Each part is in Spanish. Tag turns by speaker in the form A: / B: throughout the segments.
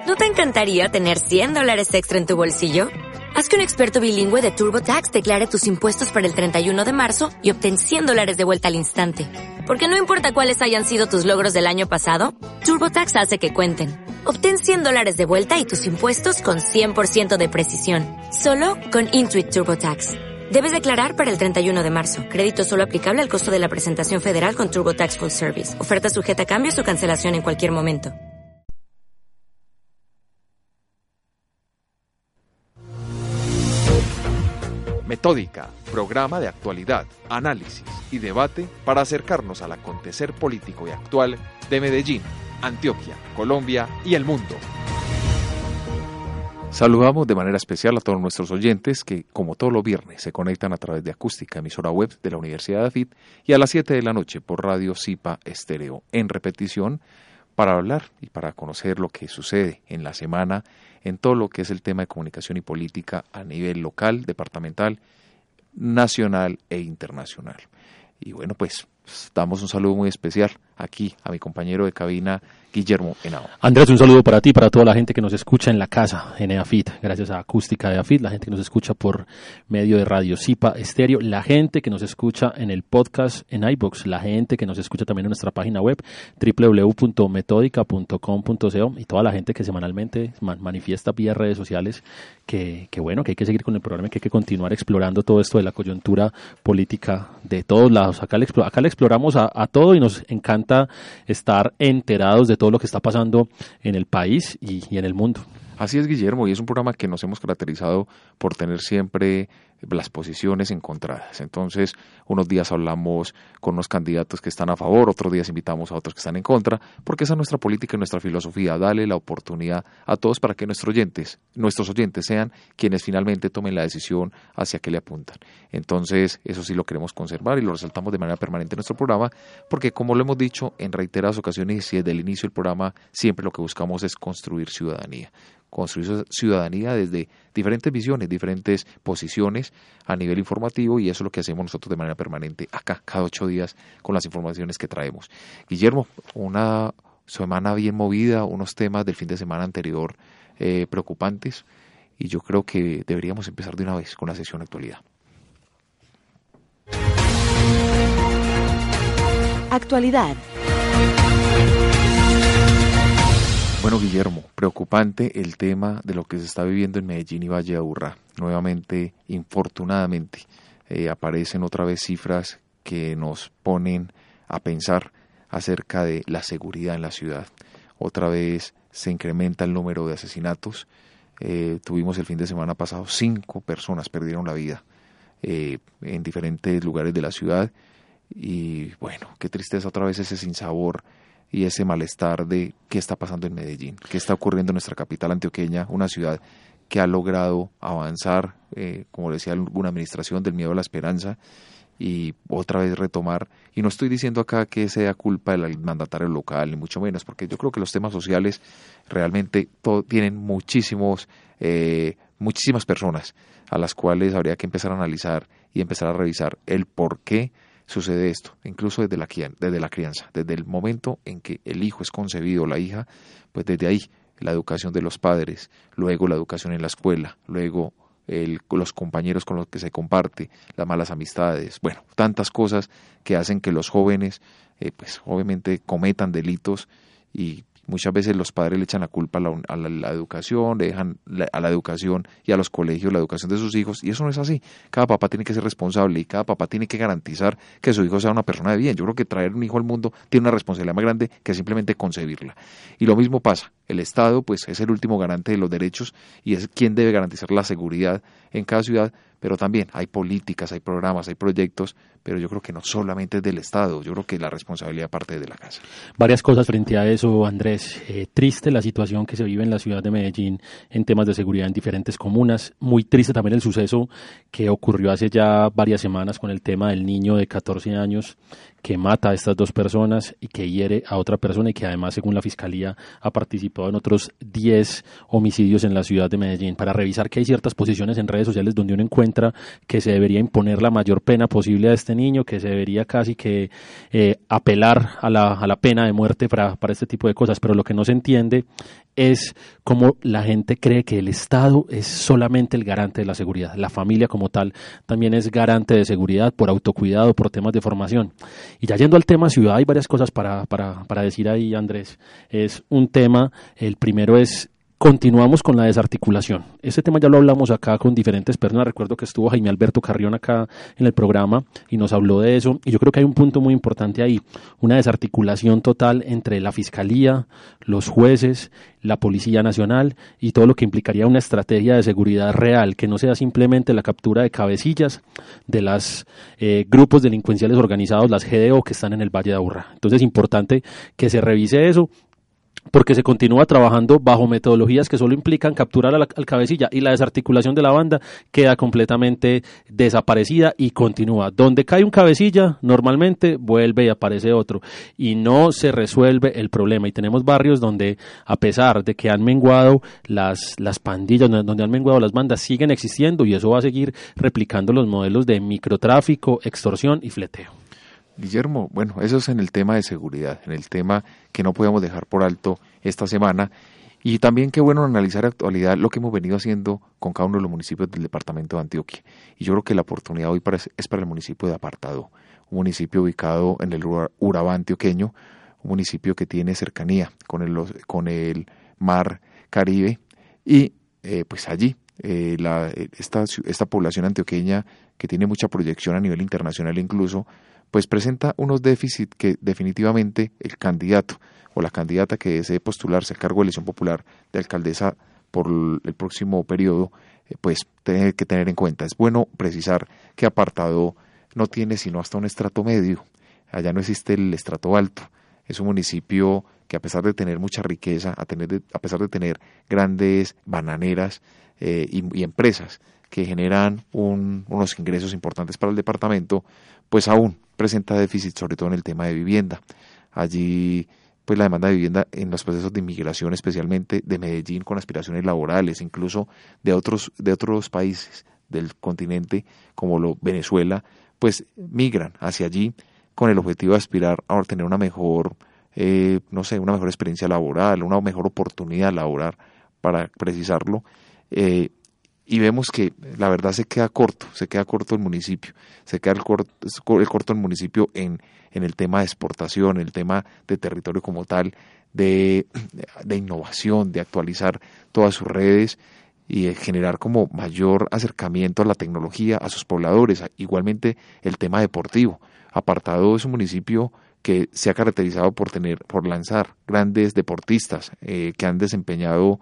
A: ¿No te encantaría tener $100 extra en tu bolsillo? Haz que un experto bilingüe de TurboTax declare tus impuestos para el 31 de marzo y obtén $100 de vuelta al instante. Porque no importa cuáles hayan sido tus logros del año pasado, TurboTax hace que cuenten. Obtén $100 de vuelta y tus impuestos con 100% de precisión. Solo con Intuit TurboTax. Debes declarar para el 31 de marzo. Crédito solo aplicable al costo de la presentación federal con TurboTax Full Service. Oferta sujeta a cambios o cancelación en cualquier momento.
B: Metódica, programa de actualidad, análisis y debate para acercarnos al acontecer político y actual de Medellín, Antioquia, Colombia y el mundo. Saludamos de manera especial a todos nuestros oyentes que, como todos los viernes, se conectan a través de Acústica, emisora web de la Universidad de AFIT, y a las 7 de la noche por Radio Zipa Estéreo, en repetición, para hablar y para conocer lo que sucede en la semana en todo lo que es el tema de comunicación y política a nivel local, departamental, nacional e internacional. Y bueno, pues damos un saludo muy especial aquí a mi compañero de cabina, Guillermo Henao.
C: Andrés, un saludo para ti, para toda la gente que nos escucha en la casa, en EAFIT, gracias a Acústica de EAFIT, la gente que nos escucha por medio de Radio Zipa Estéreo, la gente que nos escucha en el podcast en iVoox, la gente que nos escucha también en nuestra página web www.metodica.com.co y toda la gente que semanalmente manifiesta vía redes sociales que bueno, que hay que seguir con el programa, que hay que continuar explorando todo esto de la coyuntura política de todos lados. Acá le exploramos a todo y nos encanta estar enterados de todo lo que está pasando en el país y en el mundo.
B: Así es, Guillermo, y es un programa que nos hemos caracterizado por tener siempre las posiciones encontradas. Entonces, unos días hablamos con unos candidatos que están a favor, otros días invitamos a otros que están en contra, porque esa es nuestra política y nuestra filosofía, darle la oportunidad a todos para que nuestros oyentes sean quienes finalmente tomen la decisión hacia qué le apuntan. Entonces, eso sí lo queremos conservar y lo resaltamos de manera permanente en nuestro programa, porque como lo hemos dicho en reiteradas ocasiones y desde el inicio del programa, siempre lo que buscamos es construir ciudadanía desde diferentes visiones, diferentes posiciones a nivel informativo, y eso es lo que hacemos nosotros de manera permanente acá, cada 8 días, con las informaciones que traemos. Guillermo, una semana bien movida, unos temas del fin de semana anterior preocupantes, y yo creo que deberíamos empezar de una vez con la sesión actualidad.
D: Actualidad.
B: Bueno, Guillermo, preocupante el tema de lo que se está viviendo en Medellín y Valle de Aburrá. Nuevamente, infortunadamente, aparecen otra vez cifras que nos ponen a pensar acerca de la seguridad en la ciudad. Otra vez se incrementa el número de asesinatos. Tuvimos el fin de semana pasado 5 personas perdieron la vida en diferentes lugares de la ciudad. Y bueno, qué tristeza otra vez ese sinsabor y ese malestar de qué está pasando en Medellín, qué está ocurriendo en nuestra capital antioqueña, una ciudad que ha logrado avanzar, como decía alguna administración, del miedo a la esperanza, y otra vez retomar. Y no estoy diciendo acá que sea culpa del mandatario local, ni mucho menos, porque yo creo que los temas sociales realmente tienen muchísimas personas a las cuales habría que empezar a analizar y empezar a revisar el por qué sucede esto, incluso desde la crianza, desde el momento en que el hijo es concebido, la hija, pues desde ahí la educación de los padres, luego la educación en la escuela, luego los compañeros con los que se comparte, las malas amistades, bueno, tantas cosas que hacen que los jóvenes, pues obviamente cometan delitos, y muchas veces los padres le echan la culpa a la educación, le dejan a la educación y a los colegios la educación de sus hijos, y eso no es así. Cada papá tiene que ser responsable y cada papá tiene que garantizar que su hijo sea una persona de bien. Yo creo que traer un hijo al mundo tiene una responsabilidad más grande que simplemente concebirla. Y lo mismo pasa, el Estado pues es el último garante de los derechos y es quien debe garantizar la seguridad en cada ciudad, pero también hay políticas, hay programas, hay proyectos, pero yo creo que no solamente es del Estado, yo creo que la responsabilidad parte de la casa.
C: Varias cosas frente a eso, Andrés. Triste la situación que se vive en la ciudad de Medellín en temas de seguridad en diferentes comunas. Muy triste también el suceso que ocurrió hace ya varias semanas con el tema del niño de 14 años que mata a estas 2 personas y que hiere a otra persona, y que además, según la Fiscalía, ha participado en otros 10 homicidios en la ciudad de Medellín. Para revisar que hay ciertas posiciones en redes sociales donde uno encuentra que se debería imponer la mayor pena posible a este niño, que se debería casi que apelar a la pena de muerte para este tipo de cosas, pero lo que no se entiende es como la gente cree que el Estado es solamente el garante de la seguridad. La familia como tal también es garante de seguridad por autocuidado, por temas de formación. Y ya yendo al tema ciudad, hay varias cosas para decir ahí, Andrés. Es un tema, el primero es: continuamos con la desarticulación. Este tema ya lo hablamos acá con diferentes personas. Recuerdo que estuvo Jaime Alberto Carrión acá en el programa y nos habló de eso. Y yo creo que hay un punto muy importante ahí: una desarticulación total entre la Fiscalía, los jueces, la Policía Nacional y todo lo que implicaría una estrategia de seguridad real, que no sea simplemente la captura de cabecillas de los grupos delincuenciales organizados, las GDO, que están en el Valle de Aburrá. Entonces es importante que se revise eso, porque se continúa trabajando bajo metodologías que solo implican capturar al cabecilla, y la desarticulación de la banda queda completamente desaparecida y continúa. Donde cae un cabecilla, normalmente vuelve y aparece otro, y no se resuelve el problema. Y tenemos barrios donde, a pesar de que han menguado las pandillas, donde han menguado las bandas, siguen existiendo, y eso va a seguir replicando los modelos de microtráfico, extorsión y fleteo.
B: Guillermo, bueno, eso es en el tema de seguridad, en el tema que no podemos dejar por alto esta semana, y también qué bueno analizar en actualidad lo que hemos venido haciendo con cada uno de los municipios del departamento de Antioquia. Y yo creo que la oportunidad hoy es para el municipio de Apartadó, un municipio ubicado en el Urabá antioqueño, un municipio que tiene cercanía con el mar Caribe, y pues allí esta población antioqueña, que tiene mucha proyección a nivel internacional incluso, pues presenta unos déficits que definitivamente el candidato o la candidata que desee postularse al cargo de elección popular de alcaldesa por el próximo periodo, pues tiene que tener en cuenta. Es bueno precisar que Apartadó no tiene sino hasta un estrato medio. Allá no existe el estrato alto. Es un municipio que, a pesar de tener mucha riqueza, a pesar de tener grandes bananeras y empresas que generan unos ingresos importantes para el departamento, pues aún presenta déficit, sobre todo en el tema de vivienda. Allí, pues la demanda de vivienda en los procesos de inmigración, especialmente de Medellín, con aspiraciones laborales, incluso de otros países del continente, como Venezuela, pues migran hacia allí con el objetivo de aspirar a obtener una mejor experiencia laboral, una mejor oportunidad laboral, para precisarlo. Y vemos que la verdad se queda corto el municipio, corto el municipio en el tema de exportación, en el tema de territorio como tal, de innovación, de actualizar todas sus redes y de generar como mayor acercamiento a la tecnología, a sus pobladores. Igualmente el tema deportivo. Apartadó es un municipio que se ha caracterizado por lanzar grandes deportistas que han desempeñado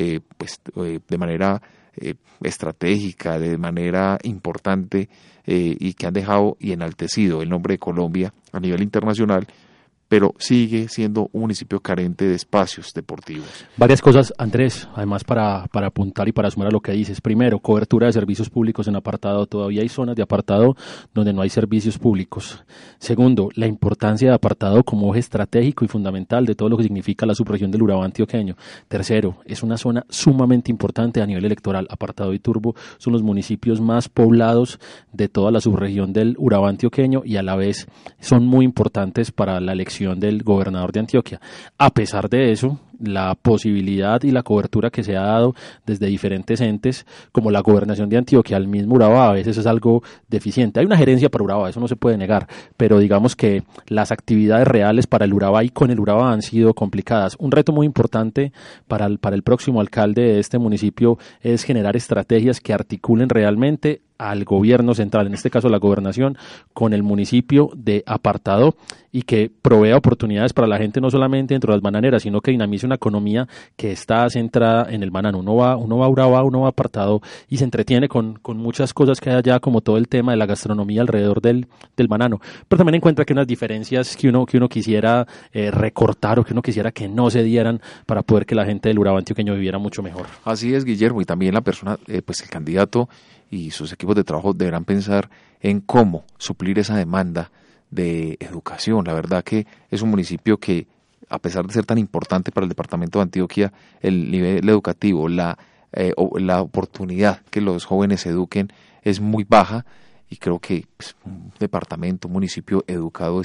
B: de manera estratégica, de manera importante, y que han dejado y enaltecido el nombre de Colombia a nivel internacional, pero sigue siendo un municipio carente de espacios deportivos.
C: Varias cosas, Andrés, además para apuntar y para sumar a lo que dices. Primero, cobertura de servicios públicos en Apartadó. Todavía hay zonas de Apartadó donde no hay servicios públicos. Segundo, la importancia de Apartadó como eje estratégico y fundamental de todo lo que significa la subregión del Urabá antioqueño. Tercero, es una zona sumamente importante a nivel electoral. Apartadó y Turbo son los municipios más poblados de toda la subregión del Urabá antioqueño, y a la vez son muy importantes para la elección del gobernador de Antioquia. A pesar de eso, la posibilidad y la cobertura que se ha dado desde diferentes entes, como la gobernación de Antioquia al mismo Urabá, a veces es algo deficiente. Hay una gerencia para Urabá, eso no se puede negar, pero digamos que las actividades reales para el Urabá y con el Urabá han sido complicadas. Un reto muy importante para el próximo alcalde de este municipio es generar estrategias que articulen realmente al gobierno central, en este caso la gobernación, con el municipio de Apartadó, y que provea oportunidades para la gente, no solamente dentro de las bananeras, sino que dinamice una economía que está centrada en el banano. Uno va a Urabá, uno va a Apartadó y se entretiene con muchas cosas que hay allá, como todo el tema de la gastronomía alrededor del banano, pero también encuentra que unas diferencias que uno quisiera recortar, o que uno quisiera que no se dieran, para poder que la gente del Urabá antioqueño viviera mucho mejor.
B: Así es, Guillermo, y también la persona, pues el candidato y sus equipos de trabajo deberán pensar en cómo suplir esa demanda de educación. La verdad que es un municipio que, a pesar de ser tan importante para el departamento de Antioquia, el nivel educativo, la oportunidad que los jóvenes se eduquen es muy baja, y creo que un municipio educado es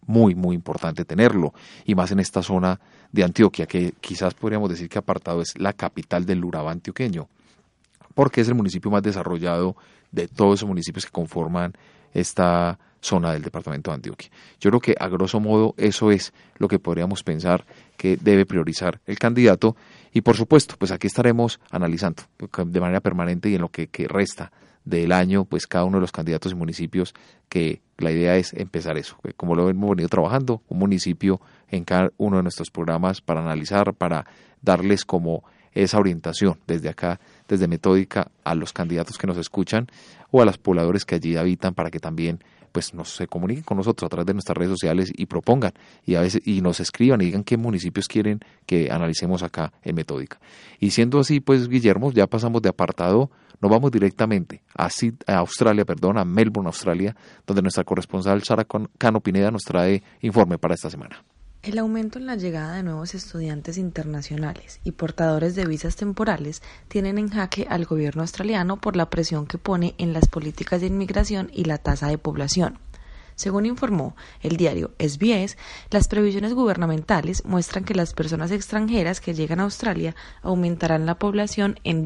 B: muy, muy importante tenerlo, y más en esta zona de Antioquia, que quizás podríamos decir que apartado es la capital del Urabá antioqueño, porque es el municipio más desarrollado de todos esos municipios que conforman esta zona del departamento de Antioquia. Yo creo que a grosso modo eso es lo que podríamos pensar que debe priorizar el candidato, y por supuesto, pues aquí estaremos analizando de manera permanente y en lo que resta del año, pues cada uno de los candidatos y municipios, que la idea es empezar eso, como lo hemos venido trabajando, un municipio en cada uno de nuestros programas para analizar, para darles como esa orientación desde acá, desde Metódica, a los candidatos que nos escuchan o a los pobladores que allí habitan, para que también pues se comuniquen con nosotros a través de nuestras redes sociales y propongan y a veces y nos escriban y digan qué municipios quieren que analicemos acá en Metódica. Y siendo así, pues Guillermo, ya pasamos de apartado, nos vamos directamente a Melbourne, Australia, donde nuestra corresponsal Sara Cano Pineda nos trae informe para esta semana.
D: El aumento en la llegada de nuevos estudiantes internacionales y portadores de visas temporales tienen en jaque al gobierno australiano por la presión que pone en las políticas de inmigración y la tasa de población. Según informó el diario SBS, las previsiones gubernamentales muestran que las personas extranjeras que llegan a Australia aumentarán la población en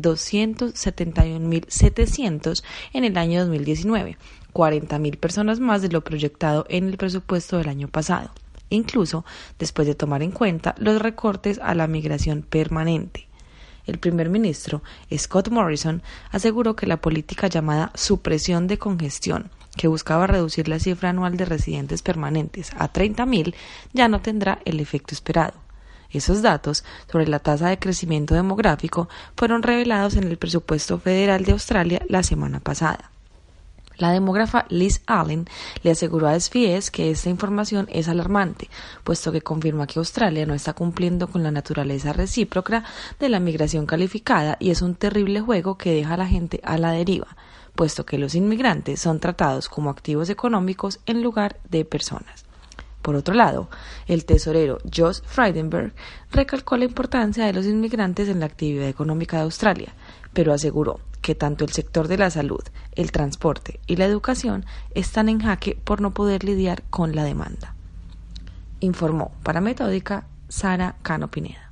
D: 271.700 en el año 2019, 40.000 personas más de lo proyectado en el presupuesto del año pasado, incluso después de tomar en cuenta los recortes a la migración permanente. El primer ministro, Scott Morrison, aseguró que la política llamada supresión de congestión, que buscaba reducir la cifra anual de residentes permanentes a 30.000, ya no tendrá el efecto esperado. Esos datos sobre la tasa de crecimiento demográfico fueron revelados en el presupuesto federal de Australia la semana pasada. La demógrafa Liz Allen le aseguró a SBS que esta información es alarmante, puesto que confirma que Australia no está cumpliendo con la naturaleza recíproca de la migración calificada y es un terrible juego que deja a la gente a la deriva, puesto que los inmigrantes son tratados como activos económicos en lugar de personas. Por otro lado, el tesorero Josh Frydenberg recalcó la importancia de los inmigrantes en la actividad económica de Australia, pero aseguró que tanto el sector de la salud, el transporte y la educación están en jaque por no poder lidiar con la demanda. Informó para Metódica Sara Cano Pineda.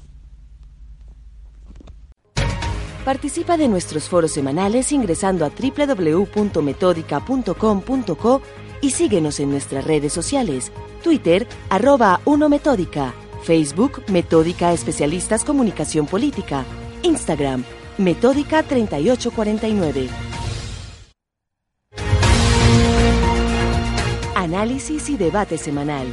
E: Participa de nuestros foros semanales ingresando a www.metodica.com.co y síguenos en nuestras redes sociales, Twitter, @unometódica, Facebook, Metódica Especialistas Comunicación Política, Instagram, Metódica 3849. Análisis y debate semanal.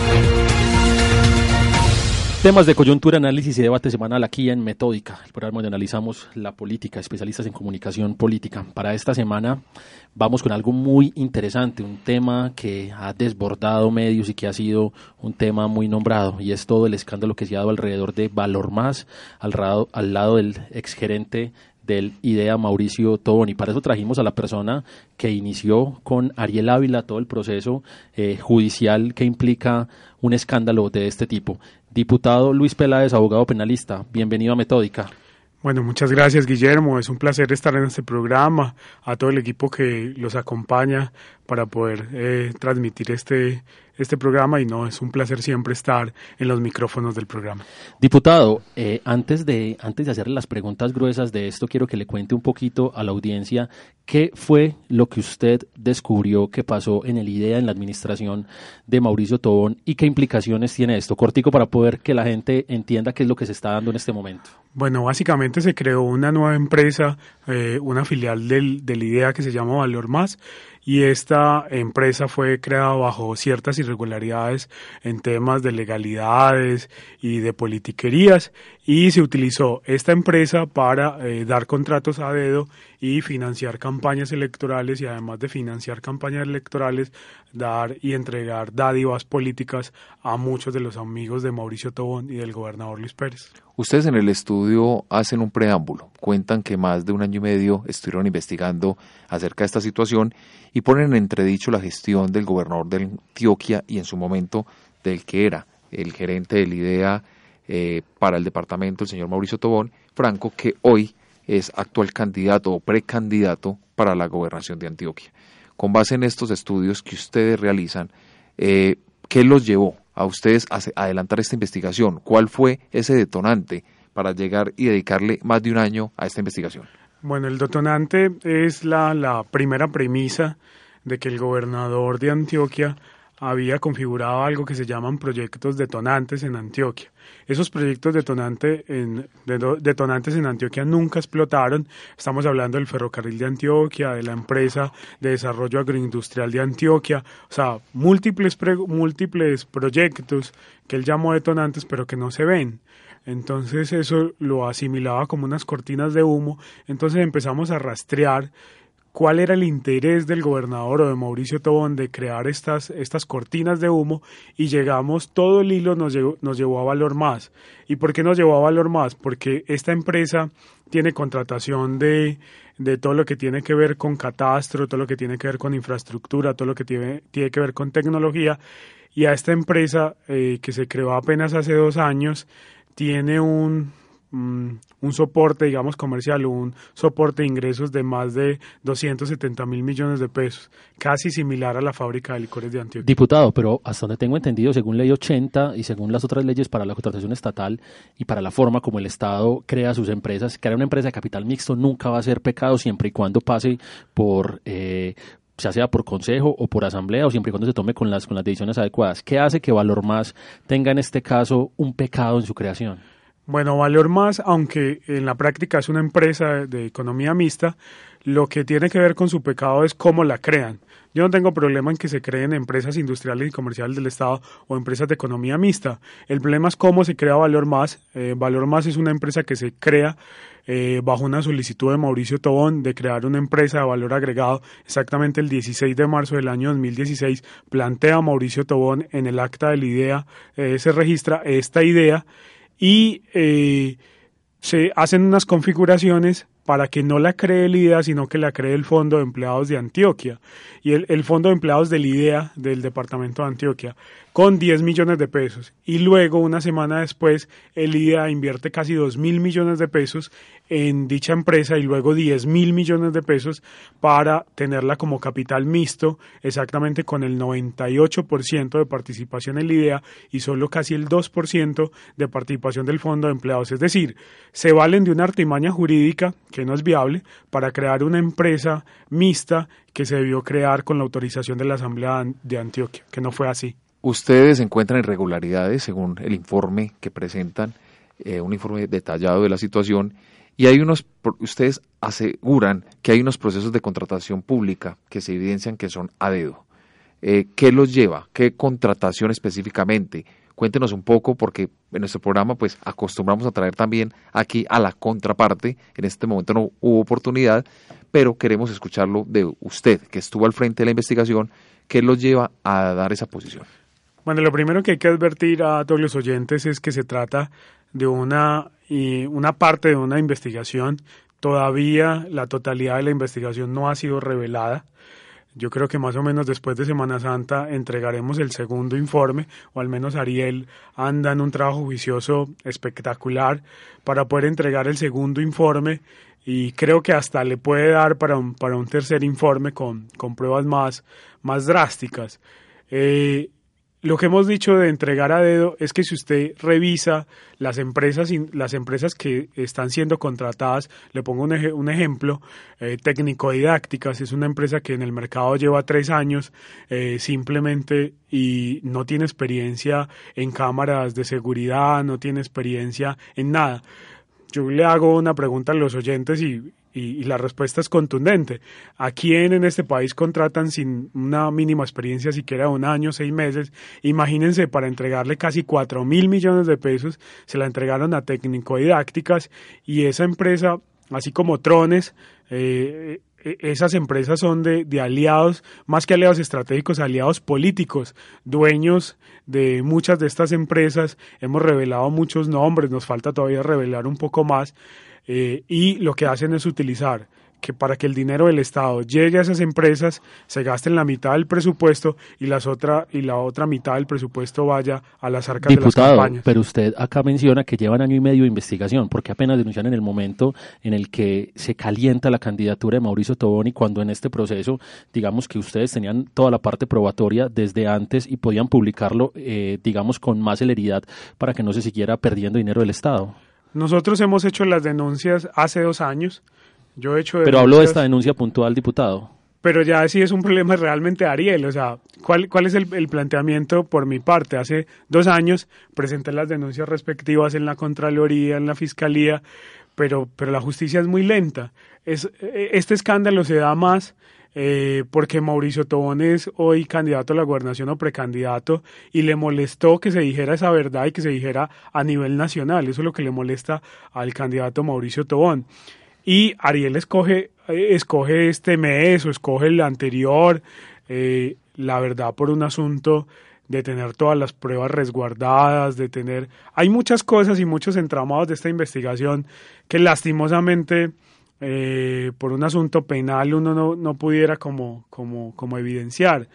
C: Temas de coyuntura, análisis y debate semanal aquí en Metódica, el programa donde analizamos la política, especialistas en comunicación política. Para esta semana vamos con algo muy interesante, un tema que ha desbordado medios y que ha sido un tema muy nombrado, y es todo el escándalo que se ha dado alrededor de Valormás, al lado del exgerente del IDEA, Mauricio Tobón, y para eso trajimos a la persona que inició con Ariel Ávila todo el proceso judicial que implica un escándalo de este tipo. Diputado Luis Peláez, abogado penalista, bienvenido a Metódica.
F: Bueno, muchas gracias, Guillermo, es un placer estar en este programa, a todo el equipo que los acompaña para poder transmitir este programa, y no, es un placer siempre estar en los micrófonos del programa.
C: Diputado, antes de hacerle las preguntas gruesas de esto, quiero que le cuente un poquito a la audiencia qué fue lo que usted descubrió que pasó en el IDEA, en la administración de Mauricio Tobón, y qué implicaciones tiene esto. Cortico para poder que la gente entienda qué es lo que se está dando en este momento.
F: Bueno, básicamente se creó una nueva empresa, una filial del IDEA que se llama Valormás, y esta empresa fue creada bajo ciertas irregularidades en temas de legalidades y de politiquerías, y se utilizó esta empresa para dar contratos a dedo y financiar campañas electorales, y además de financiar campañas electorales, dar y entregar dádivas políticas a muchos de los amigos de Mauricio Tobón y del gobernador Luis Pérez.
B: Ustedes en el estudio hacen un preámbulo, cuentan que más de 1 año y medio estuvieron investigando acerca de esta situación y ponen en entredicho la gestión del gobernador de Antioquia y en su momento del que era el gerente del IDEA para el departamento, el señor Mauricio Tobón Franco, que hoy es actual candidato o precandidato para la gobernación de Antioquia. Con base en estos estudios que ustedes realizan, ¿qué los llevó a ustedes a adelantar esta investigación? ¿Cuál fue ese detonante para llegar y dedicarle más de un año a esta investigación?
F: Bueno, el detonante es la primera premisa de que el gobernador de Antioquia había configurado algo que se llaman proyectos detonantes en Antioquia. Esos proyectos detonantes en Antioquia nunca explotaron. Estamos hablando del ferrocarril de Antioquia, de la empresa de desarrollo agroindustrial de Antioquia, o sea, múltiples proyectos que él llamó detonantes, pero que no se ven. Entonces eso lo asimilaba como unas cortinas de humo. Entonces empezamos a rastrear cuál era el interés del gobernador o de Mauricio Tobón de crear estas cortinas de humo, y todo el hilo nos llevó a Valor Más. ¿Y por qué nos llevó a Valor Más? Porque esta empresa tiene contratación de todo lo que tiene que ver con catastro, todo lo que tiene que ver con infraestructura, todo lo que tiene que ver con tecnología, y a esta empresa que se creó apenas hace 2 años, tiene un soporte, digamos, comercial, un soporte de ingresos de más de 270.000 millones de pesos, casi similar a la fábrica de licores de Antioquia.
C: Diputado, pero hasta donde tengo entendido, según Ley 80 y según las otras leyes para la contratación estatal y para la forma como el Estado crea sus empresas, crear una empresa de capital mixto nunca va a ser pecado siempre y cuando pase por ya sea por consejo o por asamblea, o siempre y cuando se tome con las decisiones adecuadas. ¿Qué hace que Valor Más tenga en este caso un pecado en su creación?
F: Bueno, Valor Más, aunque en la práctica es una empresa de economía mixta, lo que tiene que ver con su pecado es cómo la crean. Yo no tengo problema en que se creen empresas industriales y comerciales del Estado o empresas de economía mixta. El problema es cómo se crea Valor Más. Valor Más es una empresa que se crea bajo una solicitud de Mauricio Tobón de crear una empresa de valor agregado. Exactamente el 16 de marzo del año 2016 plantea Mauricio Tobón en el acta de la idea, se registra esta idea, y se hacen unas configuraciones para que no la cree el IDEA, sino que la cree el Fondo de Empleados de Antioquia, y el Fondo de Empleados del IDEA del Departamento de Antioquia, con 10 millones de pesos. Y luego, una semana después, el IDEA invierte casi 2.000 millones de pesos en dicha empresa, y luego 10.000 millones de pesos para tenerla como capital mixto, exactamente con el 98% de participación en el IDEA y solo casi el 2% de participación del Fondo de Empleados. Es decir, se valen de una artimaña jurídica que no es viable para crear una empresa mixta que se debió crear con la autorización de la Asamblea de Antioquia, que no fue así.
B: Ustedes encuentran irregularidades según el informe que presentan, un informe detallado de la situación, y ustedes aseguran que hay unos procesos de contratación pública que se evidencian que son a dedo. ¿Qué los lleva? ¿Qué contratación específicamente? Cuéntenos un poco, porque en nuestro programa pues acostumbramos a traer también aquí a la contraparte. En este momento no hubo oportunidad, pero queremos escucharlo de usted, que estuvo al frente de la investigación. ¿Qué los lleva a dar esa posición?
F: Bueno, lo primero que hay que advertir a todos los oyentes es que se trata de una parte de una investigación. Todavía la totalidad de la investigación no ha sido revelada. Yo creo que más o menos después de Semana Santa entregaremos el segundo informe, o al menos Ariel anda en un trabajo juicioso espectacular para poder entregar el segundo informe, y creo que hasta le puede dar para un tercer informe con pruebas más drásticas. Lo que hemos dicho de entregar a dedo es que si usted revisa las empresas que están siendo contratadas, le pongo un ejemplo, Técnico-Didácticas es una empresa que en el mercado lleva 3 años simplemente, y no tiene experiencia en cámaras de seguridad, no tiene experiencia en nada. Yo le hago una pregunta a los oyentes y la respuesta es contundente. ¿A quién en este país contratan sin una mínima experiencia, siquiera 1 año, 6 meses? Imagínense, para entregarle casi 4.000 millones de pesos, se la entregaron a Técnico-Didácticas, y esa empresa, así como Trones, esas empresas son de aliados, más que aliados estratégicos, aliados políticos, dueños de muchas de estas empresas. Hemos revelado muchos nombres, nos falta todavía revelar un poco más, y lo que hacen es utilizar que para que el dinero del Estado llegue a esas empresas se gaste en la mitad del presupuesto y la otra mitad del presupuesto vaya a las arcas de las campañas.
C: Pero usted acá menciona que llevan año y medio de investigación, porque apenas denuncian en el momento en el que se calienta la candidatura de Mauricio Tobón, y cuando en este proceso, digamos que ustedes tenían toda la parte probatoria desde antes y podían publicarlo, digamos, con más celeridad para que no se siguiera perdiendo dinero del Estado.
F: Nosotros hemos hecho las denuncias hace 2 años. Yo he hecho
C: Pero hablo de esta denuncia puntual, diputado.
F: Pero ya sí es un problema realmente de Ariel. O sea, ¿cuál es el planteamiento por mi parte? Hace 2 años presenté las denuncias respectivas en la Contraloría, en la Fiscalía, pero la justicia es muy lenta. Este escándalo se da más porque Mauricio Tobón es hoy candidato a la gobernación o precandidato y le molestó que se dijera esa verdad y que se dijera a nivel nacional. Eso es lo que le molesta al candidato Mauricio Tobón. Y Ariel escoge este mes o escoge el anterior, la verdad, por un asunto de tener todas las pruebas resguardadas, de tener... Hay muchas cosas y muchos entramados de esta investigación que lastimosamente por un asunto penal uno no pudiera como evidenciar.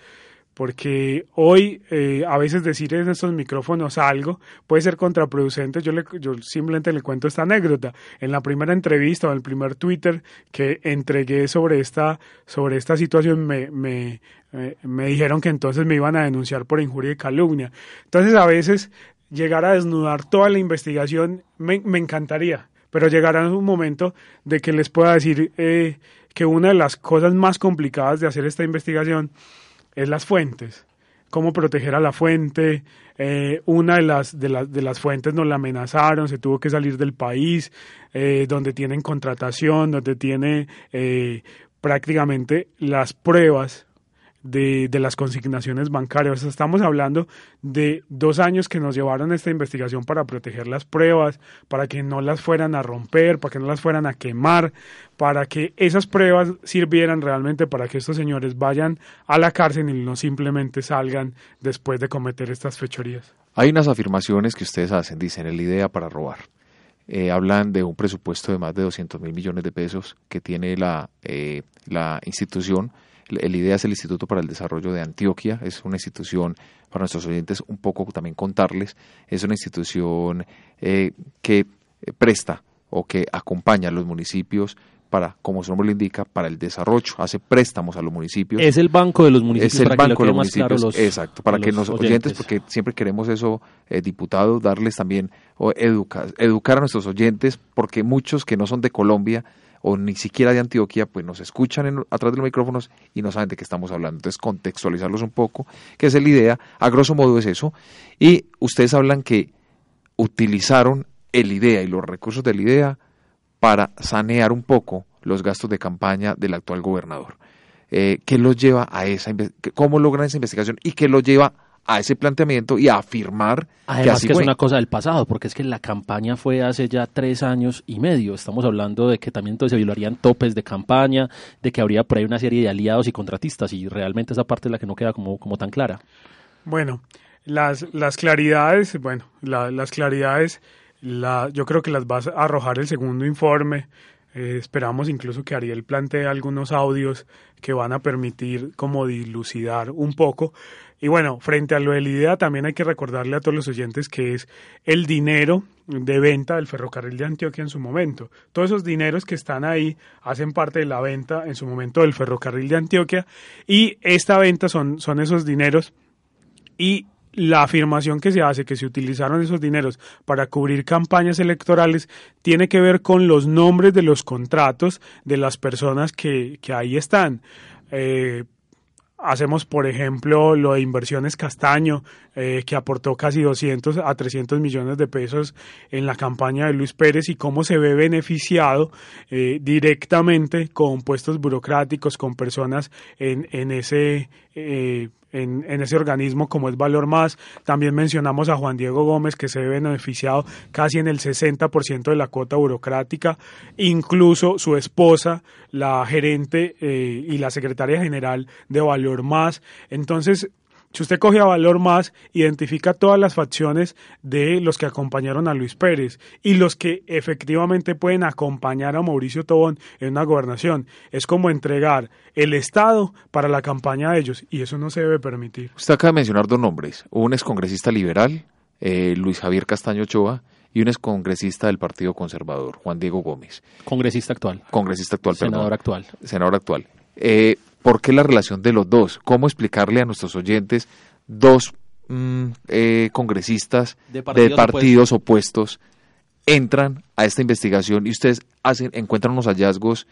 F: Porque hoy a veces decir en estos micrófonos algo puede ser contraproducente. Yo simplemente le cuento esta anécdota. En la primera entrevista o en el primer Twitter que entregué sobre esta situación me dijeron que entonces me iban a denunciar por injuria y calumnia. Entonces a veces llegar a desnudar toda la investigación me encantaría, pero llegará un momento de que les pueda decir que una de las cosas más complicadas de hacer esta investigación es las fuentes, cómo proteger a la fuente. Una de las fuentes nos la amenazaron, se tuvo que salir del país, donde tienen contratación, donde tiene prácticamente las pruebas de las consignaciones bancarias. Estamos hablando de 2 años que nos llevaron esta investigación para proteger las pruebas, para que no las fueran a romper, para que no las fueran a quemar, para que esas pruebas sirvieran realmente para que estos señores vayan a la cárcel y no simplemente salgan después de cometer estas fechorías.
B: Hay unas afirmaciones que ustedes hacen, dicen el IDEA para robar. Hablan de un presupuesto de más de 200.000 millones de pesos que tiene la institución. El IDEA es el Instituto para el Desarrollo de Antioquia, es una institución, para nuestros oyentes un poco también contarles, es una institución que presta o que acompaña a los municipios para, como su nombre lo indica, para el desarrollo, hace préstamos a los municipios.
C: Es el banco de los municipios.
B: Es el banco de los municipios, exacto, para que los oyentes, porque siempre queremos eso, diputado, darles también, o educar a nuestros oyentes, porque muchos que no son de Colombia, o ni siquiera de Antioquia, pues nos escuchan atrás de los micrófonos y no saben de qué estamos hablando. Entonces, contextualizarlos un poco, que es la idea, a grosso modo es eso. Y ustedes hablan que utilizaron el IDEA y los recursos del IDEA para sanear un poco los gastos de campaña del actual gobernador. ¿Qué los lleva a cómo logran esa investigación y qué los lleva a ese planteamiento y a afirmar
C: además que es una cosa del pasado, porque es que la campaña fue hace ya 3 años y medio. Estamos hablando de que también entonces se violarían topes de campaña, de que habría por ahí una serie de aliados y contratistas, y realmente esa parte es la que no queda como tan clara.
F: Bueno, las claridades, yo creo que las va a arrojar el segundo informe. Esperamos incluso que Ariel plantee algunos audios que van a permitir como dilucidar un poco. Y bueno, frente a lo de la IDEA también hay que recordarle a todos los oyentes que es el dinero de venta del ferrocarril de Antioquia en su momento. Todos esos dineros que están ahí hacen parte de la venta en su momento del ferrocarril de Antioquia, y esta venta son esos dineros, y la afirmación que se hace que se utilizaron esos dineros para cubrir campañas electorales tiene que ver con los nombres de los contratos de las personas que ahí están. Hacemos, por ejemplo, lo de Inversiones Castaño, que aportó casi 200 a 300 millones de pesos en la campaña de Luis Pérez, y cómo se ve beneficiado directamente con puestos burocráticos, con personas en ese organismo como es Valor Más. También mencionamos a Juan Diego Gómez, que se ve beneficiado casi en el 60% de la cuota burocrática, incluso su esposa, la gerente y la secretaria general de Valor Más. Entonces, Si usted coge a Valor Más, identifica todas las facciones de los que acompañaron a Luis Pérez y los que efectivamente pueden acompañar a Mauricio Tobón en una gobernación. Es como entregar el Estado para la campaña de ellos, y eso no se debe permitir.
B: Usted acaba de mencionar dos nombres, un excongresista liberal, Luis Javier Castaño Ochoa, y un excongresista del Partido Conservador, Juan Diego Gómez.
C: Congresista actual.
B: Senador
C: actual.
B: Senador actual. ¿Por qué la relación de los dos? ¿Cómo explicarle a nuestros oyentes dos congresistas de partidos opuestos entran a esta investigación y ustedes encuentran unos hallazgos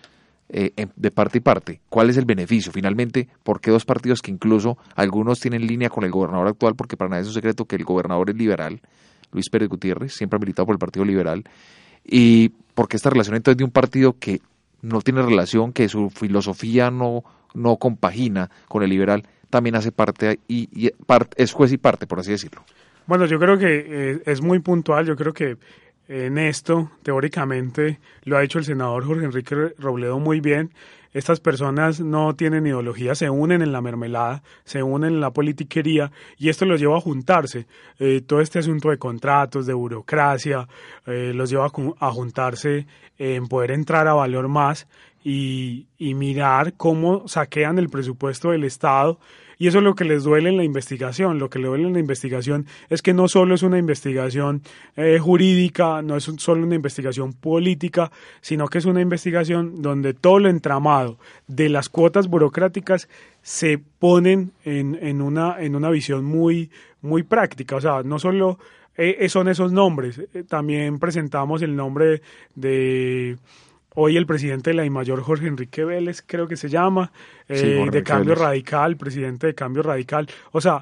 B: de parte y parte? ¿Cuál es el beneficio? Finalmente, ¿por qué dos partidos que incluso algunos tienen línea con el gobernador actual? Porque para nadie es un secreto que el gobernador es liberal, Luis Pérez Gutiérrez, siempre ha militado por el Partido Liberal. ¿Y por qué esta relación entonces de un partido que no tiene relación, que su filosofía no compagina con el liberal, también hace parte y es juez y parte, por así decirlo?
F: Bueno, yo creo que es muy puntual. Yo creo que en esto, teóricamente, lo ha dicho el senador Jorge Enrique Robledo muy bien. Estas personas no tienen ideología, se unen en la mermelada, se unen en la politiquería, y esto los lleva a juntarse. Todo este asunto de contratos, de burocracia, los lleva a juntarse en poder entrar a Valor Más y mirar cómo saquean el presupuesto del Estado. Y eso es lo que les duele en la investigación. Lo que le duele en la investigación es que no solo es una investigación jurídica, no es solo una investigación política, sino que es una investigación donde todo lo entramado de las cuotas burocráticas se ponen en una visión muy, muy práctica. O sea, no solo son esos nombres, también presentamos el nombre de... Hoy el presidente de la DIMAYOR, Jorge Enrique Vélez, creo que se llama, de Cambio Radical, presidente de Cambio Radical. O sea,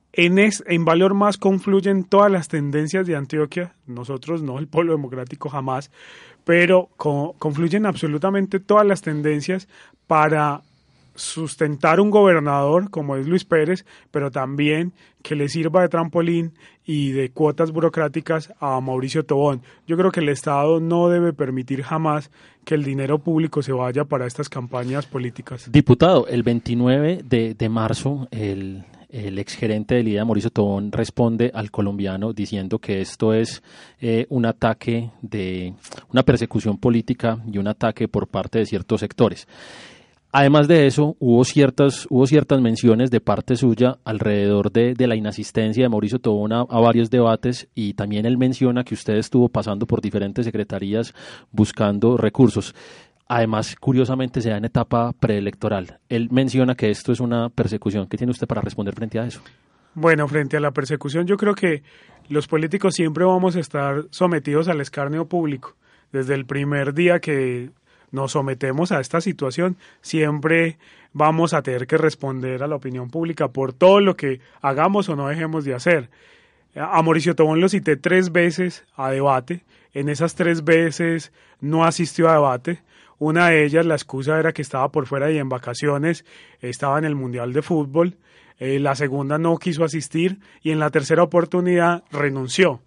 F: en Valor Más confluyen todas las tendencias de Antioquia, nosotros no, el Polo Democrático jamás, pero confluyen absolutamente todas las tendencias para sustentar un gobernador como es Luis Pérez, pero también que le sirva de trampolín y de cuotas burocráticas a Mauricio Tobón. Yo creo que el Estado no debe permitir jamás que el dinero público se vaya para estas campañas políticas.
C: Diputado, el 29 de marzo, el exgerente del IDEA, Mauricio Tobón, responde al colombiano diciendo que esto es un ataque de una persecución política y un ataque por parte de ciertos sectores. Además de eso, hubo ciertas menciones de parte suya alrededor de la inasistencia de Mauricio Tobón a varios debates, y también él menciona que usted estuvo pasando por diferentes secretarías buscando recursos. Además, curiosamente, se da en etapa preelectoral. Él menciona que esto es una persecución. ¿Qué tiene usted para responder frente a eso?
F: Bueno, frente a la persecución, yo creo que los políticos siempre vamos a estar sometidos al escarnio público. Desde el primer día que nos sometemos a esta situación, siempre vamos a tener que responder a la opinión pública por todo lo que hagamos o no dejemos de hacer. A Mauricio Tobón lo cité 3 veces a debate. En esas 3 veces no asistió a debate. Una de ellas, la excusa era que estaba por fuera y en vacaciones, estaba en el Mundial de Fútbol. La segunda no quiso asistir, y en la tercera oportunidad renunció.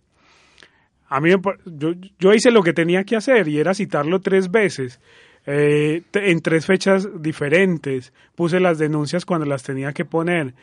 F: A mí yo hice lo que tenía que hacer, y era citarlo 3 veces, en 3 fechas diferentes. Puse las denuncias cuando las tenía que poner,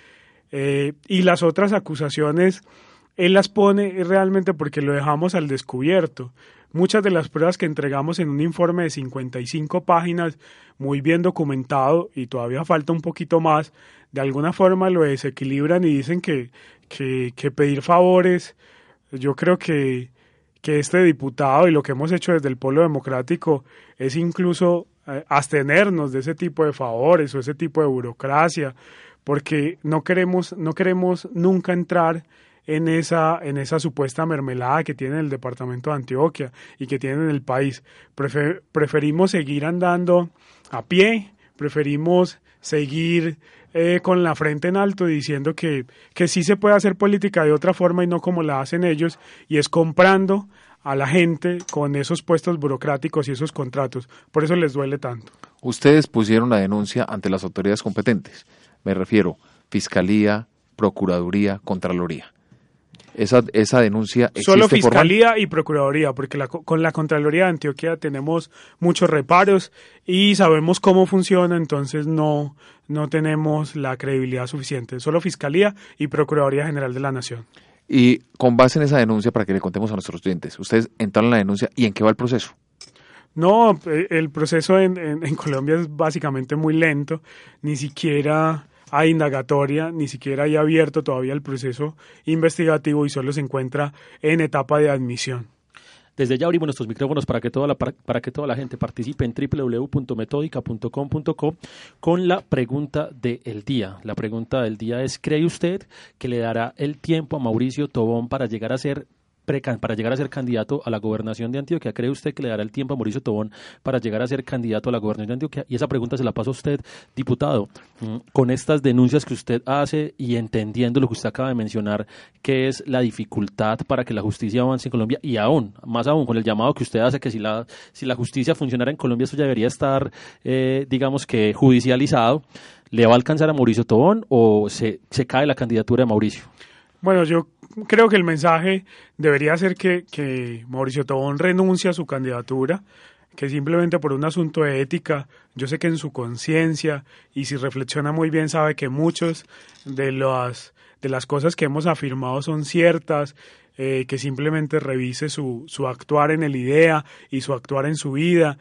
F: y las otras acusaciones él las pone realmente porque lo dejamos al descubierto. Muchas de las pruebas que entregamos en un informe de 55 páginas, muy bien documentado, y todavía falta un poquito más, de alguna forma lo desequilibran y dicen que pedir favores. Yo creo que este diputado, y lo que hemos hecho desde el Polo Democrático, es incluso abstenernos de ese tipo de favores o ese tipo de burocracia, porque no queremos nunca entrar en esa supuesta mermelada que tiene el departamento de Antioquia y que tiene en el país. Preferimos seguir andando a pie, preferimos seguir con la frente en alto diciendo que sí se puede hacer política de otra forma y no como la hacen ellos, y es comprando a la gente con esos puestos burocráticos y esos contratos. Por eso les duele tanto.
B: Ustedes pusieron la denuncia ante las autoridades competentes. Me refiero, Fiscalía, Procuraduría, Contraloría. Esa denuncia existe
F: solo Fiscalía
B: formal.
F: y Procuraduría, porque con la Contraloría de Antioquia tenemos muchos reparos y sabemos cómo funciona, entonces no tenemos la credibilidad suficiente. Solo Fiscalía y Procuraduría General de la Nación.
B: Y con base en esa denuncia, para que le contemos a nuestros clientes, ustedes entraron en la denuncia y ¿en qué va el proceso?
F: No, el proceso en Colombia es básicamente muy lento, ni siquiera hay indagatoria, ni siquiera hay abierto todavía el proceso investigativo y solo se encuentra en etapa de admisión.
C: Desde ya abrimos nuestros micrófonos para que toda la gente participe en www.metodica.com.co con la pregunta del día. La pregunta del día es: ¿cree usted que le dará el tiempo a Mauricio Tobón para llegar a ser candidato a la gobernación de Antioquia? ¿Cree usted que le dará el tiempo a Mauricio Tobón para llegar a ser candidato a la gobernación de Antioquia? Y esa pregunta se la paso a usted, diputado. Con estas denuncias que usted hace y entendiendo lo que usted acaba de mencionar, ¿qué es la dificultad para que la justicia avance en Colombia? Y más aún, con el llamado que usted hace, que si la justicia funcionara en Colombia, esto ya debería estar, digamos que judicializado. ¿Le va a alcanzar a Mauricio Tobón o se cae la candidatura de Mauricio?
F: Bueno, yo creo que el mensaje debería ser que Mauricio Tobón renuncia a su candidatura, que simplemente por un asunto de ética, yo sé que en su conciencia, y si reflexiona muy bien, sabe que muchos de las cosas que hemos afirmado son ciertas, que simplemente revise su actuar en el IDEA y su actuar en su vida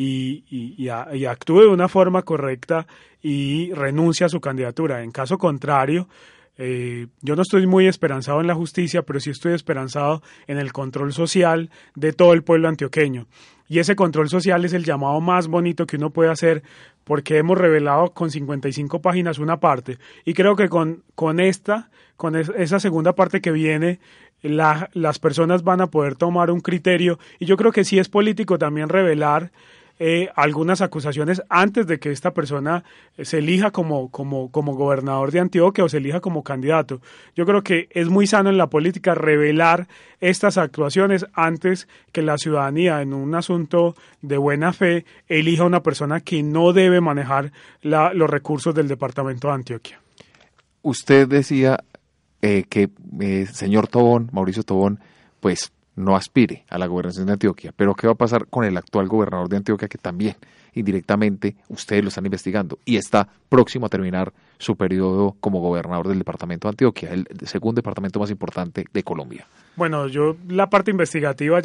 F: y actúe de una forma correcta y renuncia a su candidatura. En caso contrario, yo no estoy muy esperanzado en la justicia, pero sí estoy esperanzado en el control social de todo el pueblo antioqueño. Y ese control social es el llamado más bonito que uno puede hacer, porque hemos revelado con 55 páginas una parte. Y creo que con esa segunda parte que viene, las personas van a poder tomar un criterio. Y yo creo que sí es político también revelar algunas acusaciones antes de que esta persona se elija como gobernador de Antioquia o se elija como candidato. Yo creo que es muy sano en la política revelar estas actuaciones antes que la ciudadanía, en un asunto de buena fe, elija a una persona que no debe manejar los recursos del departamento de Antioquia.
B: Usted decía que señor Tobón, Mauricio Tobón, pues no aspire a la gobernación de Antioquia, pero ¿qué va a pasar con el actual gobernador de Antioquia, que también indirectamente ustedes lo están investigando y está próximo a terminar su periodo como gobernador del departamento de Antioquia, el segundo departamento más importante de Colombia?
F: Bueno, la parte investigativa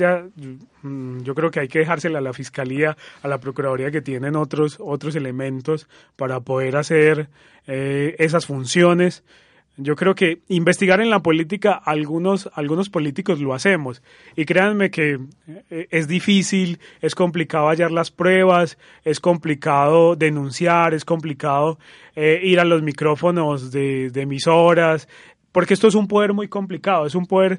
F: yo creo que hay que dejársela a la Fiscalía, a la Procuraduría, que tienen otros elementos para poder hacer esas funciones. Yo creo que investigar en la política, algunos políticos lo hacemos, y créanme que es difícil, es complicado hallar las pruebas, es complicado denunciar, es complicado ir a los micrófonos de emisoras, porque esto es un poder muy complicado, es un poder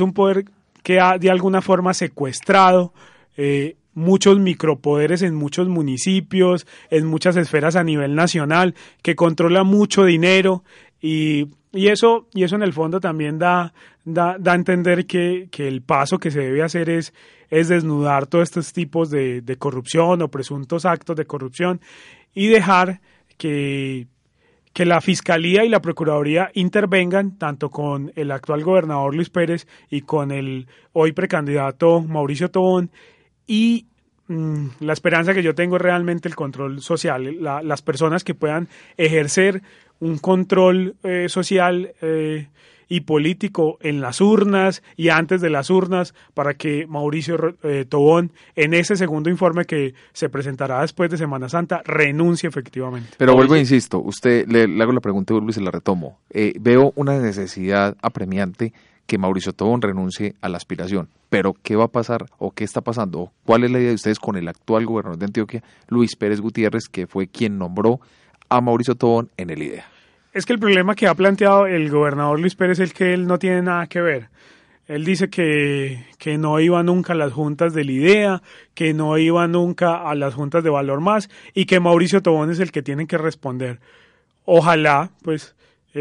F: que ha de alguna forma secuestrado muchos micropoderes en muchos municipios, en muchas esferas a nivel nacional, que controla mucho dinero. Y eso en el fondo también da a entender que el paso que se debe hacer es desnudar todos estos tipos de corrupción o presuntos actos de corrupción y dejar que la Fiscalía y la Procuraduría intervengan tanto con el actual gobernador Luis Pérez y con el hoy precandidato Mauricio Tobón. Y la esperanza que yo tengo es realmente el control social, las personas que puedan ejercer un control social y político en las urnas y antes de las urnas, para que Mauricio Tobón, en ese segundo informe que se presentará después de Semana Santa, renuncie efectivamente.
B: Pero vuelvo e insisto, usted le hago la pregunta y vuelvo y se la retomo. Veo una necesidad apremiante que Mauricio Tobón renuncie a la aspiración. Pero ¿qué va a pasar o qué está pasando? ¿Cuál es la idea de ustedes con el actual gobernador de Antioquia, Luis Pérez Gutiérrez, que fue quien nombró a Mauricio Tobón en el IDEA?
F: Es que el problema que ha planteado el gobernador Luis Pérez es que él no tiene nada que ver. Él dice que no iba nunca a las juntas del IDEA, que no iba nunca a las juntas de Valor Más y que Mauricio Tobón es el que tiene que responder. Ojalá, pues,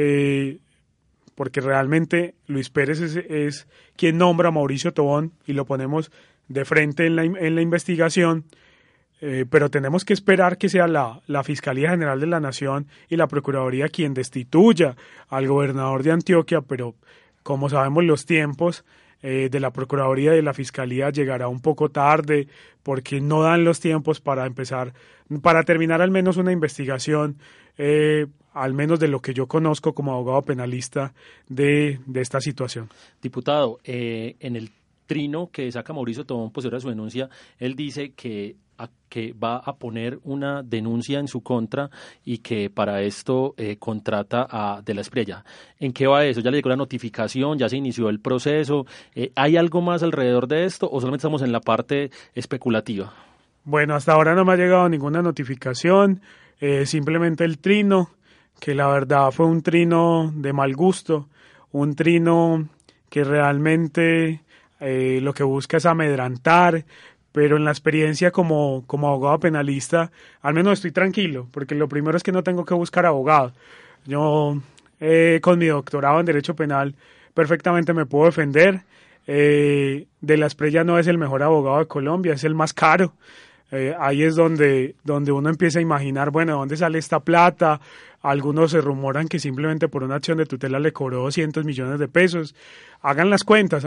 F: porque realmente Luis Pérez es quien nombra a Mauricio Tobón y lo ponemos de frente en la investigación. Pero tenemos que esperar que sea la Fiscalía General de la Nación y la Procuraduría quien destituya al gobernador de Antioquia, pero como sabemos los tiempos de la Procuraduría y de la Fiscalía llegará un poco tarde porque no dan los tiempos para terminar al menos una investigación, al menos de lo que yo conozco como abogado penalista de esta situación.
C: Diputado, en el trino que saca Mauricio Tobón posterior a su denuncia, él dice que va a poner una denuncia en su contra y que para esto contrata a De la Espriella. ¿En qué va eso? ¿Ya le llegó la notificación? ¿Ya se inició el proceso? ¿Hay algo más alrededor de esto o solamente estamos en la parte especulativa?
F: Bueno, hasta ahora no me ha llegado ninguna notificación, simplemente el trino, que la verdad fue un trino de mal gusto, un trino que realmente lo que busca es amedrantar, pero en la experiencia como abogado penalista, al menos estoy tranquilo, porque lo primero es que no tengo que buscar abogado. Yo, con mi doctorado en Derecho Penal, perfectamente me puedo defender. De la Espriella no es el mejor abogado de Colombia, es el más caro. Ahí es donde uno empieza a imaginar, bueno, ¿de dónde sale esta plata? Algunos se rumoran que simplemente por una acción de tutela le cobró 200 millones de pesos. Hagan las cuentas.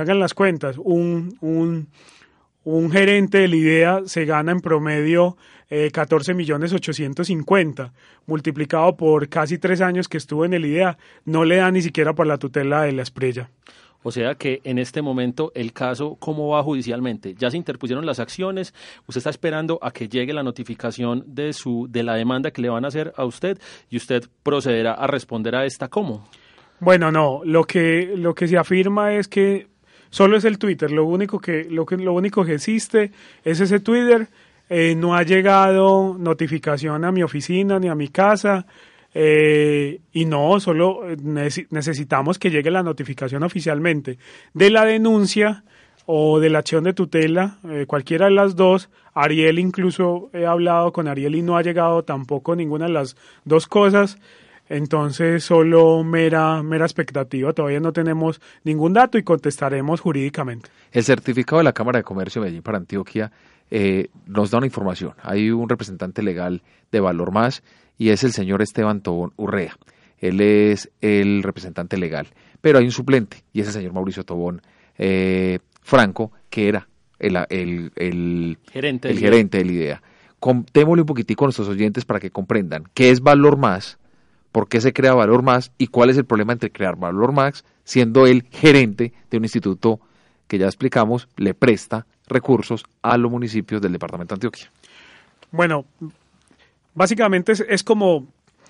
F: Un gerente de la IDEA se gana en promedio 14.850.000, multiplicado por casi 3 años que estuvo en el IDEA, no le da ni siquiera para la tutela de la Espriella.
C: O sea que en este momento el caso, ¿cómo va judicialmente? Ya se interpusieron las acciones, usted está esperando a que llegue la notificación de la demanda que le van a hacer a usted y usted procederá a responder a esta, ¿cómo?
F: Bueno, no, lo que se afirma es que solo es el Twitter, lo único que existe es ese Twitter, no ha llegado notificación a mi oficina ni a mi casa. Y no, solo necesitamos que llegue la notificación oficialmente de la denuncia o de la acción de tutela, cualquiera de las dos. Ariel, incluso he hablado con Ariel y no ha llegado tampoco ninguna de las dos cosas. Entonces solo mera expectativa, todavía no tenemos ningún dato y contestaremos jurídicamente.
B: El certificado de la Cámara de Comercio de Medellín para Antioquia nos da una información. Hay un representante legal de Valor Más y es el señor Esteban Tobón Urrea. Él es el representante legal, pero hay un suplente y es el señor Mauricio Tobón Franco, que era el gerente de la IDEA. Contémosle un poquitico a nuestros oyentes para que comprendan qué es Valor Más, por qué se crea Valor Más y cuál es el problema entre crear Valor Más siendo el gerente de un instituto que ya explicamos le presta recursos a los municipios del departamento de Antioquia.
F: Bueno, básicamente es como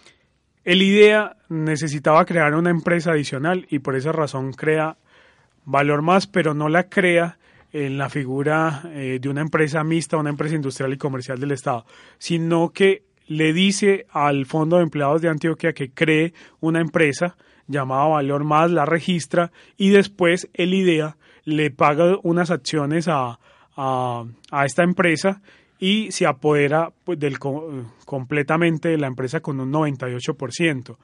F: el IDEA necesitaba crear una empresa adicional y por esa razón crea Valor Más, pero no la crea en la figura de una empresa mixta, una empresa industrial y comercial del Estado, sino que le dice al Fondo de Empleados de Antioquia que cree una empresa llamada Valor Más, la registra y después el IDEA le paga unas acciones a esta empresa y se apodera pues, completamente de la empresa con un 98%.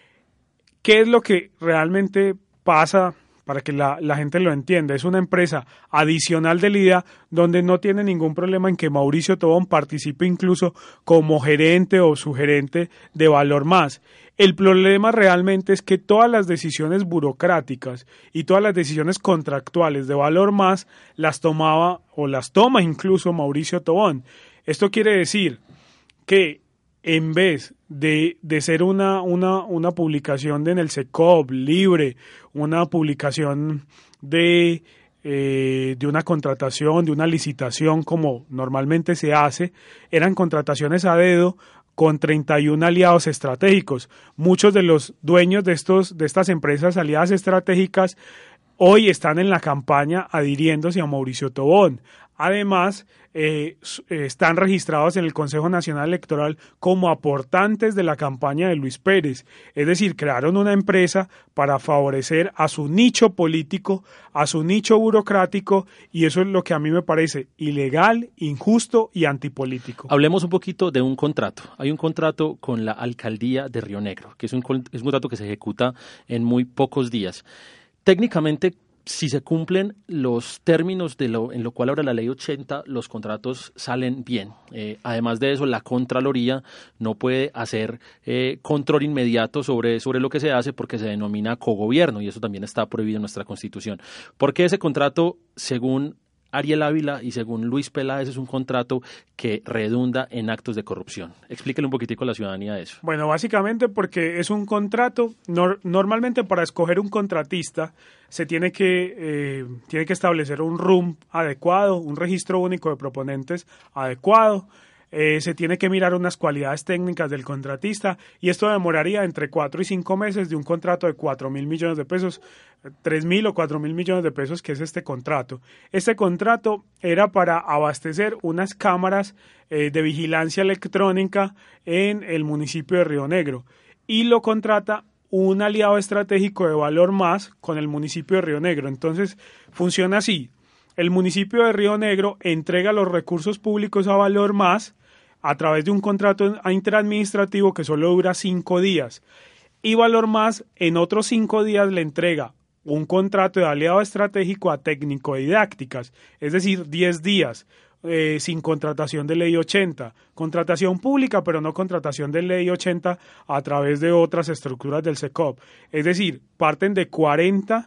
F: ¿Qué es lo que realmente pasa? Para que la gente lo entienda, es una empresa adicional de la IDEA donde no tiene ningún problema en que Mauricio Tobón participe incluso como gerente o sugerente de Valor Más. El problema realmente es que todas las decisiones burocráticas y todas las decisiones contractuales de Valor Más las tomaba o las toma incluso Mauricio Tobón. Esto quiere decir que en vez de ser una publicación en el SECOP libre, una publicación de una contratación, de una licitación como normalmente se hace, eran contrataciones a dedo con 31 aliados estratégicos. Muchos de los dueños de estas empresas aliadas estratégicas hoy están en la campaña adhiriéndose a Mauricio Tobón. Además, están registrados en el Consejo Nacional Electoral como aportantes de la campaña de Luis Pérez. Es decir, crearon una empresa para favorecer a su nicho político, a su nicho burocrático, y eso es lo que a mí me parece ilegal, injusto y antipolítico.
C: Hablemos un poquito de un contrato. Hay un contrato con la Alcaldía de Río Negro, que es un contrato que se ejecuta en muy pocos días. Técnicamente, si se cumplen los términos en lo cual ahora la ley 80, los contratos salen bien. Además de eso, la Contraloría no puede hacer control inmediato sobre lo que se hace porque se denomina cogobierno y eso también está prohibido en nuestra Constitución. Porque ese contrato, según Ariel Ávila y según Luis Peláez, es un contrato que redunda en actos de corrupción. Explíquele un poquitico a la ciudadanía eso.
F: Bueno, básicamente porque es un contrato, normalmente para escoger un contratista se tiene que establecer un RUM adecuado, un registro único de proponentes adecuado. Se tiene que mirar unas cualidades técnicas del contratista y esto demoraría entre 4 y 5 meses de un contrato de 4.000 millones de pesos, 3.000 o 4.000 millones de pesos que es este contrato. Este contrato era para abastecer unas cámaras de vigilancia electrónica en el municipio de Río Negro y lo contrata un aliado estratégico de Valor Más con el municipio de Río Negro. Entonces funciona así. El municipio de Río Negro entrega los recursos públicos a Valor Más a través de un contrato interadministrativo que solo dura 5 días. Y Valor Más en otros 5 días le entrega un contrato de aliado estratégico a Técnico Didácticas, es decir, 10 días, sin contratación de ley 80. Contratación pública, pero no contratación de ley 80 a través de otras estructuras del SECOP. Es decir, parten de 40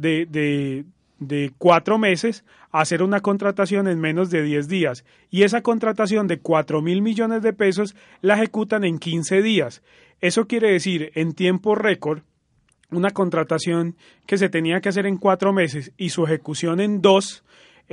F: de 4 meses a hacer una contratación en menos de 10 días y esa contratación de 4.000 millones de pesos la ejecutan en 15 días. Eso quiere decir en tiempo récord una contratación que se tenía que hacer en 4 meses y su ejecución en 2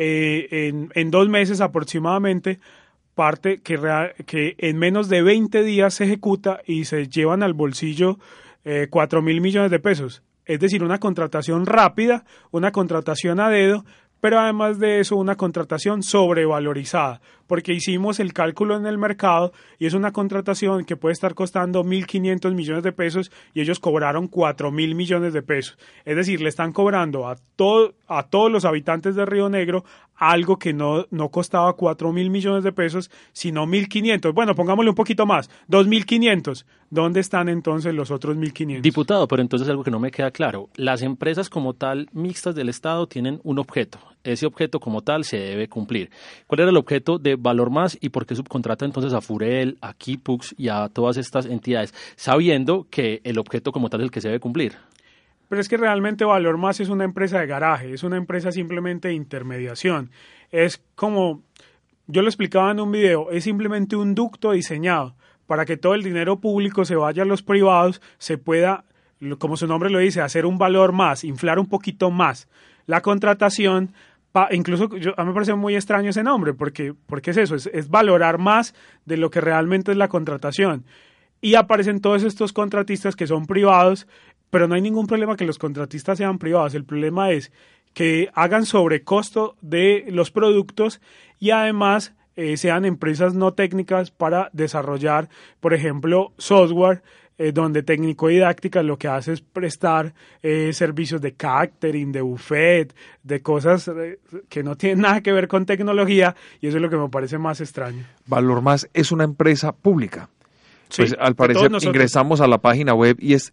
F: meses aproximadamente, parte que en menos de 20 días se ejecuta y se llevan al bolsillo 4.000 millones de pesos. Es decir, una contratación rápida, una contratación a dedo, pero además de eso una contratación sobrevalorizada, porque hicimos el cálculo en el mercado y es una contratación que puede estar costando 1.500 millones de pesos y ellos cobraron 4.000 millones de pesos. Es decir, le están cobrando a todos los habitantes de Río Negro algo que no costaba 4.000 millones de pesos, sino 1.500. Bueno, pongámosle un poquito más, 2.500. ¿Dónde están entonces los otros 1.500?
C: Diputado, pero entonces algo que no me queda claro. Las empresas como tal mixtas del Estado tienen un objeto. Ese objeto como tal se debe cumplir. ¿Cuál era el objeto de Valor Más y por qué subcontrata entonces a Furel, a Kipux y a todas estas entidades, sabiendo que el objeto como tal es el que se debe cumplir?
F: Pero es que realmente Valor Más es una empresa de garaje, es una empresa simplemente de intermediación. Es como, yo lo explicaba en un video, es simplemente un ducto diseñado para que todo el dinero público se vaya a los privados, se pueda, como su nombre lo dice, hacer un valor más, inflar un poquito más la contratación. Incluso a mí me parece muy extraño ese nombre, porque es eso, es valorar más de lo que realmente es la contratación. Y aparecen todos estos contratistas que son privados, pero no hay ningún problema que los contratistas sean privados. El problema es que hagan sobrecosto de los productos y además sean empresas no técnicas para desarrollar, por ejemplo, software, donde Técnico Didáctica lo que hace es prestar servicios de catering, de buffet, de cosas que no tienen nada que ver con tecnología, y eso es lo que me parece más extraño.
B: Valor Más es una empresa pública.
F: Sí,
B: pues al parecer ingresamos a la página web y es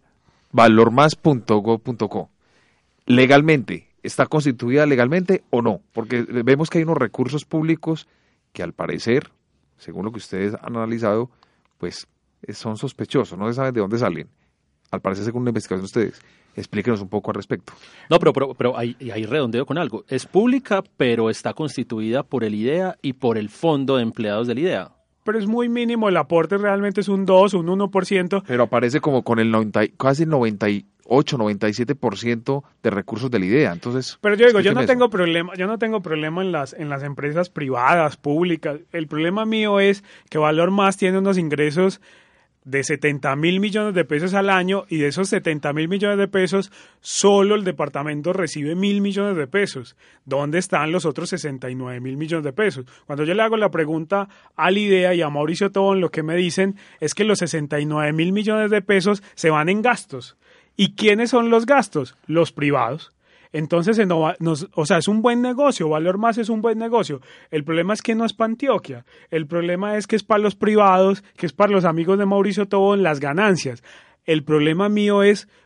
B: valormas.gov.co. ¿Legalmente? ¿Está constituida legalmente o no? Porque vemos que hay unos recursos públicos que al parecer, según lo que ustedes han analizado, pues son sospechosos, no se sabe de dónde salen. Al parecer, según la investigación de ustedes. Explíquenos un poco al respecto.
C: No, pero hay redondeo con algo. Es pública, pero está constituida por el IDEA y por el Fondo de Empleados del IDEA.
F: Pero es muy mínimo, el aporte realmente es un 2, un 1%.
B: Pero aparece como con el casi 98, 97% de recursos del IDEA, entonces...
F: Pero yo digo, yo no tengo problema en las empresas privadas, públicas. El problema mío es que Valor Más tiene unos ingresos de 70.000 millones de pesos al año y de esos 70.000 millones de pesos solo el departamento recibe 1.000 millones de pesos. ¿Dónde están los otros 69.000 millones de pesos? Cuando yo le hago la pregunta al IDEA y a Mauricio Tobón, lo que me dicen es que los 69.000 millones de pesos se van en gastos. ¿Y quiénes son los gastos? Los privados. Entonces, es un buen negocio, Valor Más es un buen negocio. El problema es que no es para Antioquia. El problema es que es para los privados, que es para los amigos de Mauricio Tobón, las ganancias. El problema mío es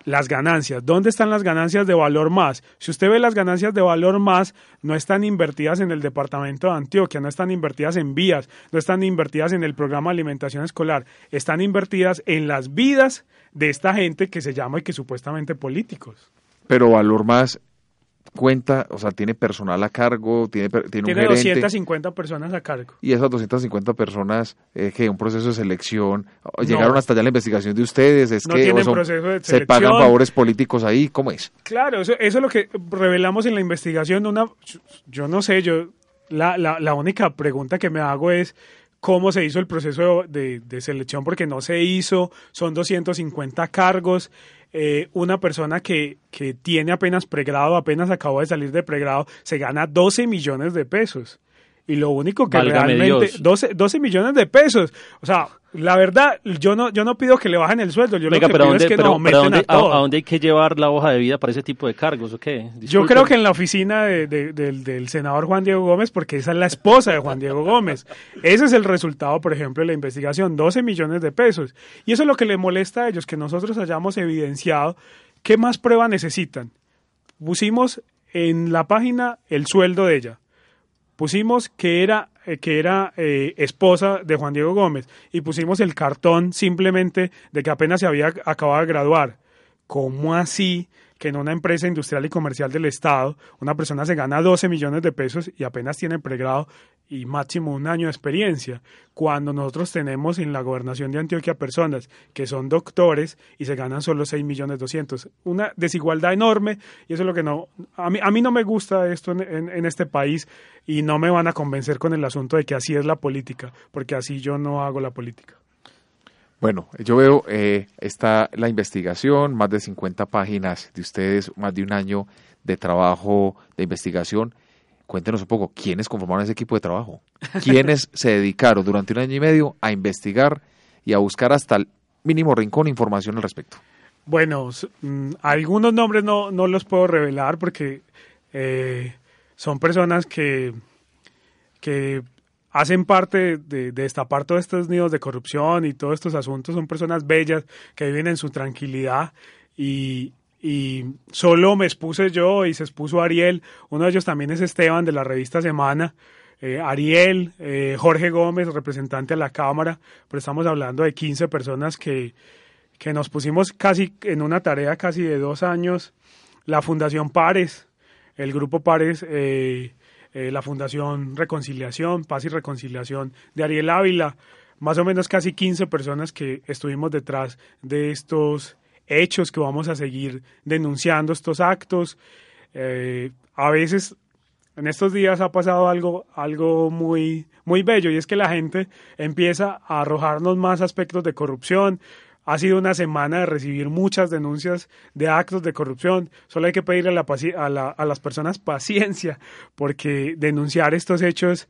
F: las ganancias. ¿Dónde están las ganancias de Valor Más? Si usted ve las ganancias de Valor Más, no están invertidas en el departamento de Antioquia, no están invertidas en vías, no están invertidas en el programa de alimentación escolar, están invertidas en las vidas de esta gente que se llama y que supuestamente políticos.
B: Pero Valor Más cuenta, o sea, tiene personal a cargo, tiene un gerente.
F: 250 personas a cargo.
B: Y esas 250 personas, que un proceso de selección, llegaron hasta allá la investigación de ustedes, es
F: no
B: que
F: tienen proceso de
B: se pagan favores políticos ahí, ¿cómo es?
F: Claro, eso es lo que revelamos en la investigación. Yo no sé, la única pregunta que me hago es cómo se hizo el proceso de selección, porque no se hizo, son 250 cargos. Una persona que tiene apenas pregrado, apenas acabó de salir de pregrado, se gana 12 millones de pesos. Y lo único que
C: Válgame
F: realmente...
C: Dios.
F: 12 millones de pesos. O sea, la verdad, yo no pido que le bajen el sueldo. Yo
C: Venga,
F: lo que pido es que nos aumenten a todo.
C: ¿A dónde hay que llevar la hoja de vida para ese tipo de cargos o qué? Disculpen.
F: Yo creo que en la oficina del senador Juan Diego Gómez, porque esa es la esposa de Juan Diego Gómez. Ese es el resultado, por ejemplo, de la investigación, 12 millones de pesos. Y eso es lo que le molesta a ellos, que nosotros hayamos evidenciado qué más prueba necesitan. Pusimos en la página el sueldo de ella. Pusimos que era esposa de Juan Diego Gómez y pusimos el cartón simplemente de que apenas se había acabado de graduar. ¿Cómo así que en una empresa industrial y comercial del Estado una persona se gana 12 millones de pesos y apenas tiene pregrado y máximo 1 año de experiencia? Cuando nosotros tenemos en la gobernación de Antioquia personas que son doctores y se ganan solo 6.200.000. Una desigualdad enorme, y eso es lo que a mí no me gusta esto en este país, y no me van a convencer con el asunto de que así es la política, porque así yo no hago la política.
B: Bueno, yo veo, está la investigación, más de 50 páginas de ustedes, más de 1 año de trabajo de investigación. Cuéntenos un poco, ¿quiénes conformaron ese equipo de trabajo? ¿Quiénes se dedicaron durante 1 año y medio a investigar y a buscar hasta el mínimo rincón información al respecto?
F: Bueno, algunos nombres no los puedo revelar porque son personas que hacen parte de destapar todos estos nidos de corrupción y todos estos asuntos. Son personas bellas que viven en su tranquilidad y solo me expuse yo y se expuso Ariel. Uno de ellos también es Esteban de la revista Semana. Ariel, Jorge Gómez, representante a la Cámara, pero estamos hablando de 15 personas que nos pusimos casi en una tarea casi de 2 años. La Fundación Pares, el Grupo Pares, la Fundación Reconciliación, Paz y Reconciliación de Ariel Ávila, más o menos casi 15 personas que estuvimos detrás de estos hechos, que vamos a seguir denunciando estos actos. A veces, en estos días ha pasado algo muy, muy bello, y es que la gente empieza a arrojarnos más aspectos de corrupción. Ha sido una semana de recibir muchas denuncias de actos de corrupción. Solo hay que pedirle a las personas paciencia, porque denunciar estos hechos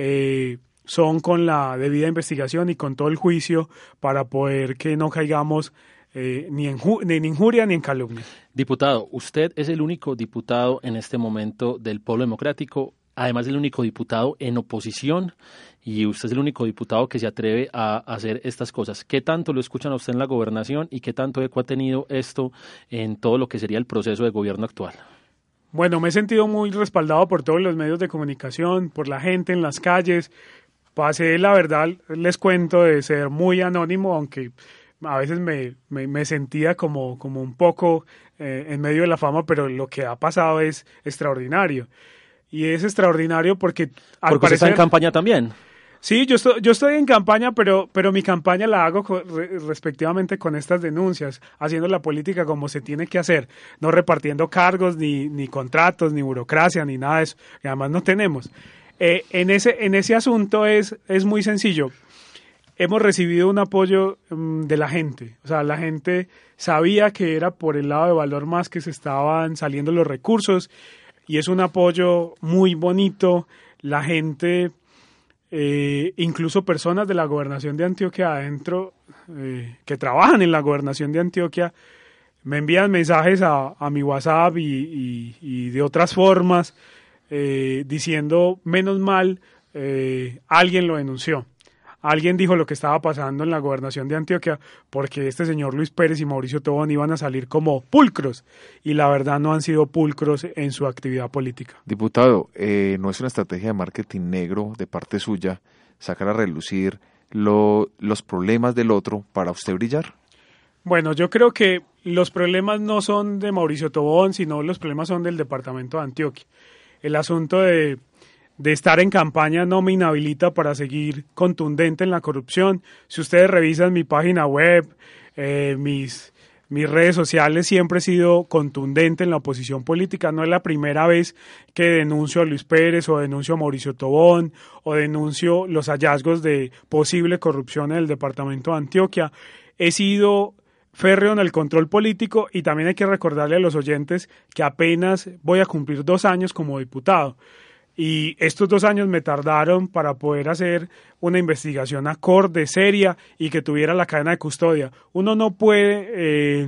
F: son con la debida investigación y con todo el juicio para poder que no caigamos ni en injuria ni en calumnia.
C: Diputado, usted es el único diputado en este momento del Polo Democrático, además el único diputado en oposición, y usted es el único diputado que se atreve a hacer estas cosas. ¿Qué tanto lo escuchan a usted en la gobernación y qué tanto eco ha tenido esto en todo lo que sería el proceso de gobierno actual?
F: Bueno, me he sentido muy respaldado por todos los medios de comunicación, por la gente en las calles. Pasé, la verdad, les cuento, de ser muy anónimo, aunque a veces me sentía como un poco en medio de la fama, pero lo que ha pasado es extraordinario. Y es extraordinario porque al
C: parecer está en campaña también.
F: Sí, yo estoy en campaña, pero mi campaña la hago respectivamente con estas denuncias, haciendo la política como se tiene que hacer, no repartiendo cargos, ni contratos, ni burocracia, ni nada de eso, que además no tenemos. En ese asunto es muy sencillo. Hemos recibido un apoyo de la gente, o sea, la gente sabía que era por el lado de Valor Más que se estaban saliendo los recursos, y es un apoyo muy bonito. La gente, incluso personas de la gobernación de Antioquia adentro, que trabajan en la gobernación de Antioquia, me envían mensajes a mi WhatsApp y de otras formas, diciendo, menos mal, alguien lo denunció. alguien dijo lo que estaba pasando en la gobernación de Antioquia, porque este señor Luis Pérez y Mauricio Tobón iban a salir como pulcros, y la verdad no han sido pulcros en su actividad política.
B: Diputado, ¿no es una estrategia de marketing negro de parte suya sacar a relucir los problemas del otro para usted brillar?
F: Bueno, yo creo que los problemas no son de Mauricio Tobón, sino los problemas son del departamento de Antioquia. El asunto de estar en campaña no me inhabilita para seguir contundente en la corrupción. Si ustedes revisan mi página web, mis redes sociales, siempre he sido contundente en la oposición política. No es la primera vez que denuncio a Luis Pérez o denuncio a Mauricio Tobón o denuncio los hallazgos de posible corrupción en el departamento de Antioquia. He sido férreo en el control político y también hay que recordarle a los oyentes que apenas voy a cumplir 2 años como diputado. Y estos 2 años me tardaron para poder hacer una investigación acorde, seria y que tuviera la cadena de custodia. Uno no puede,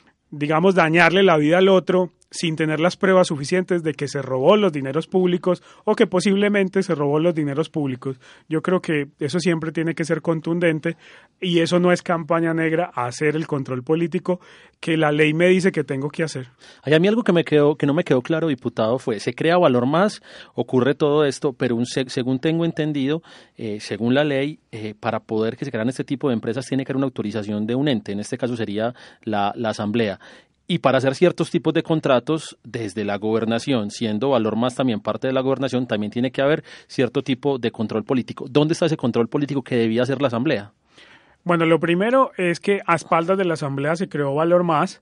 F: dañarle la vida al otro sin tener las pruebas suficientes de que se robó los dineros públicos o que posiblemente se robó los dineros públicos. Yo creo que eso siempre tiene que ser contundente y eso no es campaña negra, hacer el control político que la ley me dice que tengo que hacer.
C: Hay a mí algo que no me quedó claro, diputado, fue, se crea Valor Más, ocurre todo esto, pero según tengo entendido, según la ley, para poder que se crean este tipo de empresas tiene que haber una autorización de un ente, en este caso sería la Asamblea. Y para hacer ciertos tipos de contratos desde la gobernación, siendo Valor Más también parte de la gobernación, también tiene que haber cierto tipo de control político. ¿Dónde está ese control político que debía hacer la Asamblea?
F: Bueno, lo primero es que a espaldas de la Asamblea se creó Valor Más,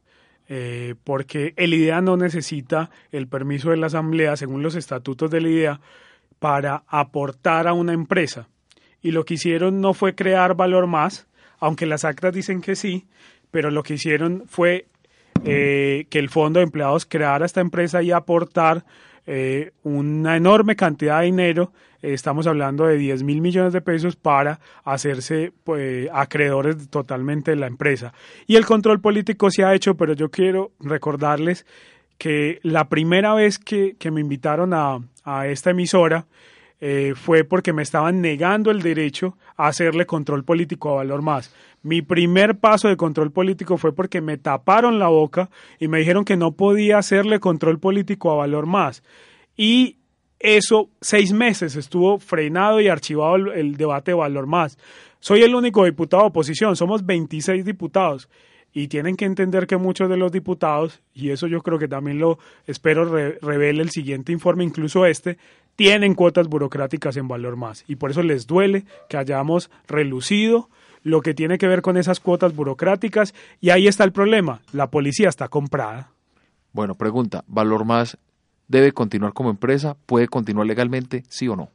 F: porque el IDEA no necesita el permiso de la Asamblea, según los estatutos del IDEA, para aportar a una empresa. Y lo que hicieron no fue crear Valor Más, aunque las actas dicen que sí, pero lo que hicieron fue que el Fondo de Empleados creara esta empresa y aportar una enorme cantidad de dinero, estamos hablando de 10.000 millones de pesos para hacerse acreedores totalmente de la empresa. Y el control político se ha hecho, pero yo quiero recordarles que la primera vez que me invitaron a esta emisora fue porque me estaban negando el derecho a hacerle control político a Valor Más. Mi primer paso de control político fue porque me taparon la boca y me dijeron que no podía hacerle control político a Valor Más. Y eso 6 meses estuvo frenado y archivado el debate de Valor Más. Soy el único diputado de oposición, somos 26 diputados. Y tienen que entender que muchos de los diputados, y eso yo creo que también lo espero revele el siguiente informe, incluso tienen cuotas burocráticas en Valor Más. Y por eso les duele que hayamos relucido lo que tiene que ver con esas cuotas burocráticas. Y ahí está el problema, la policía está comprada.
B: Bueno, pregunta, ¿Valor Más debe continuar como empresa? ¿Puede continuar legalmente, sí o no?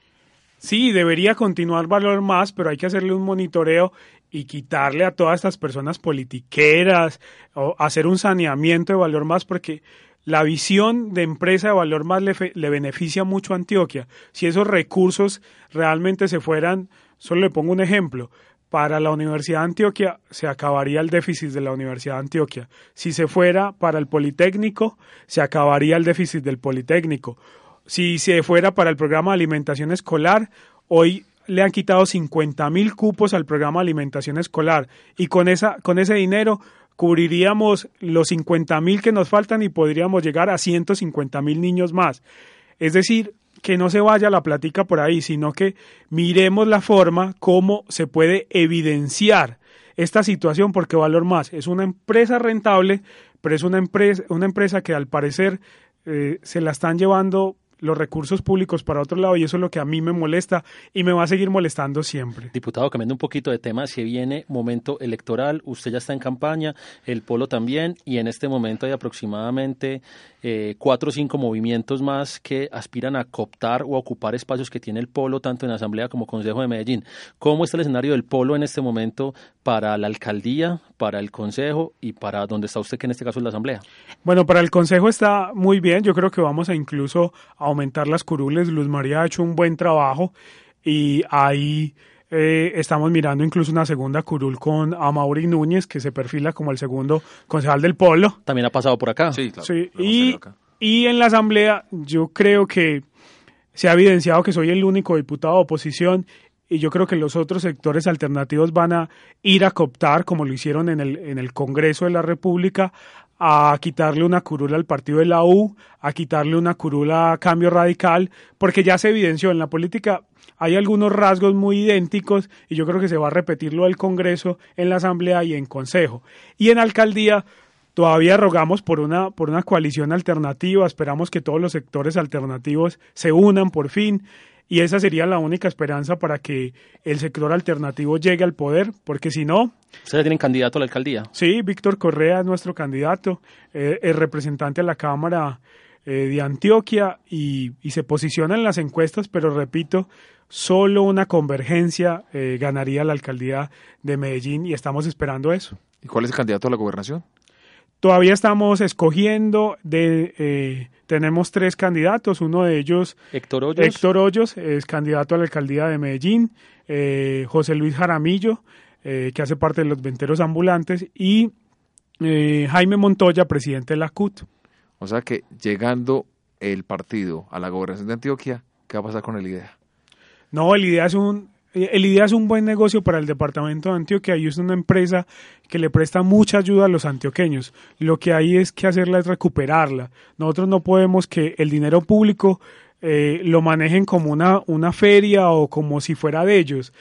F: Sí, debería continuar Valor Más, pero hay que hacerle un monitoreo y quitarle a todas estas personas politiqueras o hacer un saneamiento de Valor Más, porque la visión de empresa de Valor Más le beneficia mucho a Antioquia. Si esos recursos realmente se fueran, solo le pongo un ejemplo, para la Universidad de Antioquia se acabaría el déficit de la Universidad de Antioquia. Si se fuera para el Politécnico, se acabaría el déficit del Politécnico. Si se fuera para el programa de alimentación escolar, hoy le han quitado 50.000 cupos al programa de alimentación escolar y con ese dinero cubriríamos los 50.000 que nos faltan y podríamos llegar a 150.000 niños más. Es decir, que no se vaya la plática por ahí, sino que miremos la forma como se puede evidenciar esta situación, porque Valor Más es una empresa rentable, pero es una empresa que al parecer se la están llevando los recursos públicos para otro lado, y eso es lo que a mí me molesta y me va a seguir molestando siempre.
C: Diputado, cambiando un poquito de tema, se viene momento electoral, usted ya está en campaña, el Polo también, y en este momento hay aproximadamente 4 o 5 movimientos más que aspiran a cooptar o a ocupar espacios que tiene el Polo, tanto en Asamblea como Consejo de Medellín. ¿Cómo está el escenario del Polo en este momento para la alcaldía, para el Consejo y para donde está usted, que en este caso es la Asamblea?
F: Bueno, para el Consejo está muy bien, yo creo que vamos a incluso aumentar las curules. Luz María ha hecho un buen trabajo y ahí estamos mirando incluso una segunda curul con Amaury Núñez, que se perfila como el segundo concejal del Polo.
C: También ha pasado por acá.
B: Sí, claro.
F: Sí, y en la Asamblea yo creo que se ha evidenciado que soy el único diputado de oposición y yo creo que los otros sectores alternativos van a ir a cooptar, como lo hicieron en el Congreso de la República, a quitarle una curula al partido de la U, a quitarle una curula a Cambio Radical, porque ya se evidenció en la política. Hay algunos rasgos muy idénticos y yo creo que se va a repetir lo del Congreso en la Asamblea y en Consejo. Y en Alcaldía todavía rogamos por una coalición alternativa, esperamos que todos los sectores alternativos se unan por fin y esa sería la única esperanza para que el sector alternativo llegue al poder, porque si no...
C: ¿Ustedes tienen candidato a la alcaldía?
F: Sí, Víctor Correa es nuestro candidato, el representante a la Cámara de Antioquia y se posiciona en las encuestas, pero repito, solo una convergencia ganaría la alcaldía de Medellín y estamos esperando eso.
B: ¿Y cuál es el candidato a la gobernación?
F: Todavía estamos escogiendo, tenemos 3 candidatos, uno de ellos,
C: Héctor
F: Hoyos, es candidato a la alcaldía de Medellín, José Luis Jaramillo, que hace parte de los Venteros Ambulantes, y Jaime Montoya, presidente de la CUT.
B: O sea que llegando el partido a la gobernación de Antioquia, ¿qué va a pasar con el IDEA?
F: No, el IDEA es un buen negocio para el departamento de Antioquia y es una empresa que le presta mucha ayuda a los antioqueños. Lo que hay es que hacerla es recuperarla. Nosotros no podemos que el dinero público lo manejen como una feria o como si fuera de ellos.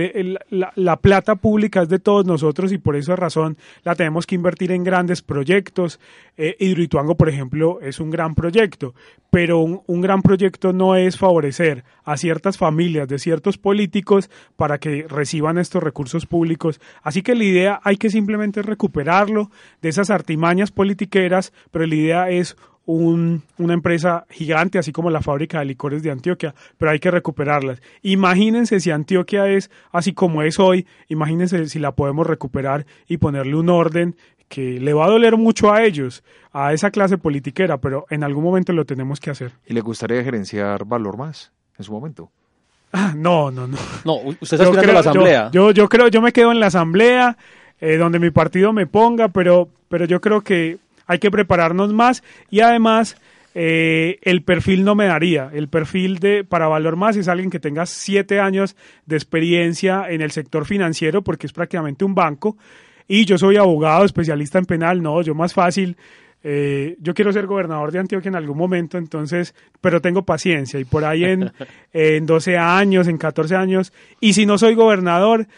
F: La plata pública es de todos nosotros y por esa razón la tenemos que invertir en grandes proyectos. Hidroituango, por ejemplo, es un gran proyecto, pero un gran proyecto no es favorecer a ciertas familias de ciertos políticos para que reciban estos recursos públicos. Así que la idea hay que simplemente recuperarlo de esas artimañas politiqueras, pero la idea es una empresa gigante, así como la fábrica de licores de Antioquia, pero hay que recuperarlas. Imagínense si Antioquia es así como es hoy, imagínense si la podemos recuperar y ponerle un orden que le va a doler mucho a ellos, a esa clase politiquera, pero en algún momento lo tenemos que hacer.
B: ¿Y le gustaría gerenciar Valor Más en su momento?
F: No.
C: No, usted está aspirando a la asamblea.
F: Yo me quedo en la asamblea, donde mi partido me ponga, pero yo creo que hay que prepararnos más y además el perfil no me daría. El perfil para Valor Más es alguien que tenga 7 años de experiencia en el sector financiero porque es prácticamente un banco y yo soy abogado, especialista en penal, no, yo más fácil. Yo quiero ser gobernador de Antioquia en algún momento, entonces, pero tengo paciencia y por ahí en 12 años, en 14 años y si no soy gobernador,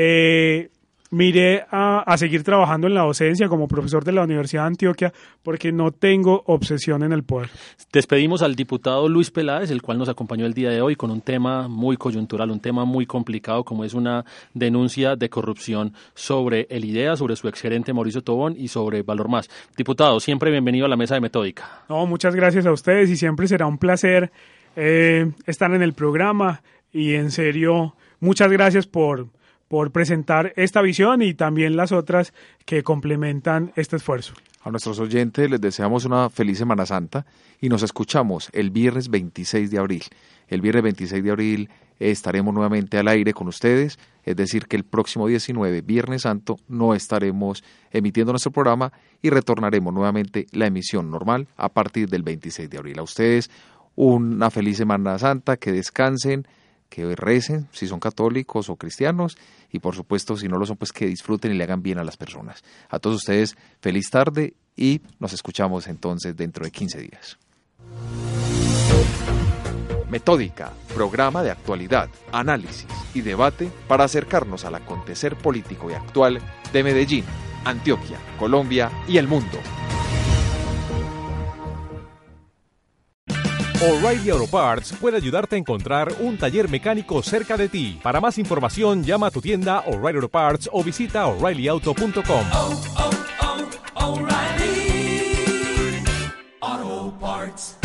F: me iré a seguir trabajando en la docencia como profesor de la Universidad de Antioquia porque no tengo obsesión en el poder.
C: Despedimos al diputado Luis Peláez, el cual nos acompañó el día de hoy con un tema muy coyuntural, un tema muy complicado como es una denuncia de corrupción sobre el IDEA, sobre su exgerente Mauricio Tobón y sobre Valor Más. Diputado, siempre bienvenido a la mesa de Metódica.
F: No, muchas gracias a ustedes y siempre será un placer estar en el programa y en serio, muchas gracias por presentar esta visión y también las otras que complementan este esfuerzo.
B: A nuestros oyentes les deseamos una feliz Semana Santa y nos escuchamos el viernes 26 de abril. El viernes 26 de abril estaremos nuevamente al aire con ustedes, es decir que el próximo 19, Viernes Santo, no estaremos emitiendo nuestro programa y retornaremos nuevamente la emisión normal a partir del 26 de abril. A ustedes una feliz Semana Santa, que descansen, que recen, si son católicos o cristianos, y por supuesto, si no lo son, pues que disfruten y le hagan bien a las personas. A todos ustedes, feliz tarde y nos escuchamos entonces dentro de 15 días. Metódica, programa de actualidad, análisis y debate para acercarnos al acontecer político y actual de Medellín, Antioquia, Colombia y el mundo.
G: O'Reilly Auto Parts puede ayudarte a encontrar un taller mecánico cerca de ti. Para más información, llama a tu tienda O'Reilly Auto Parts o visita O'ReillyAuto.com.
H: O'Reilly Auto Parts.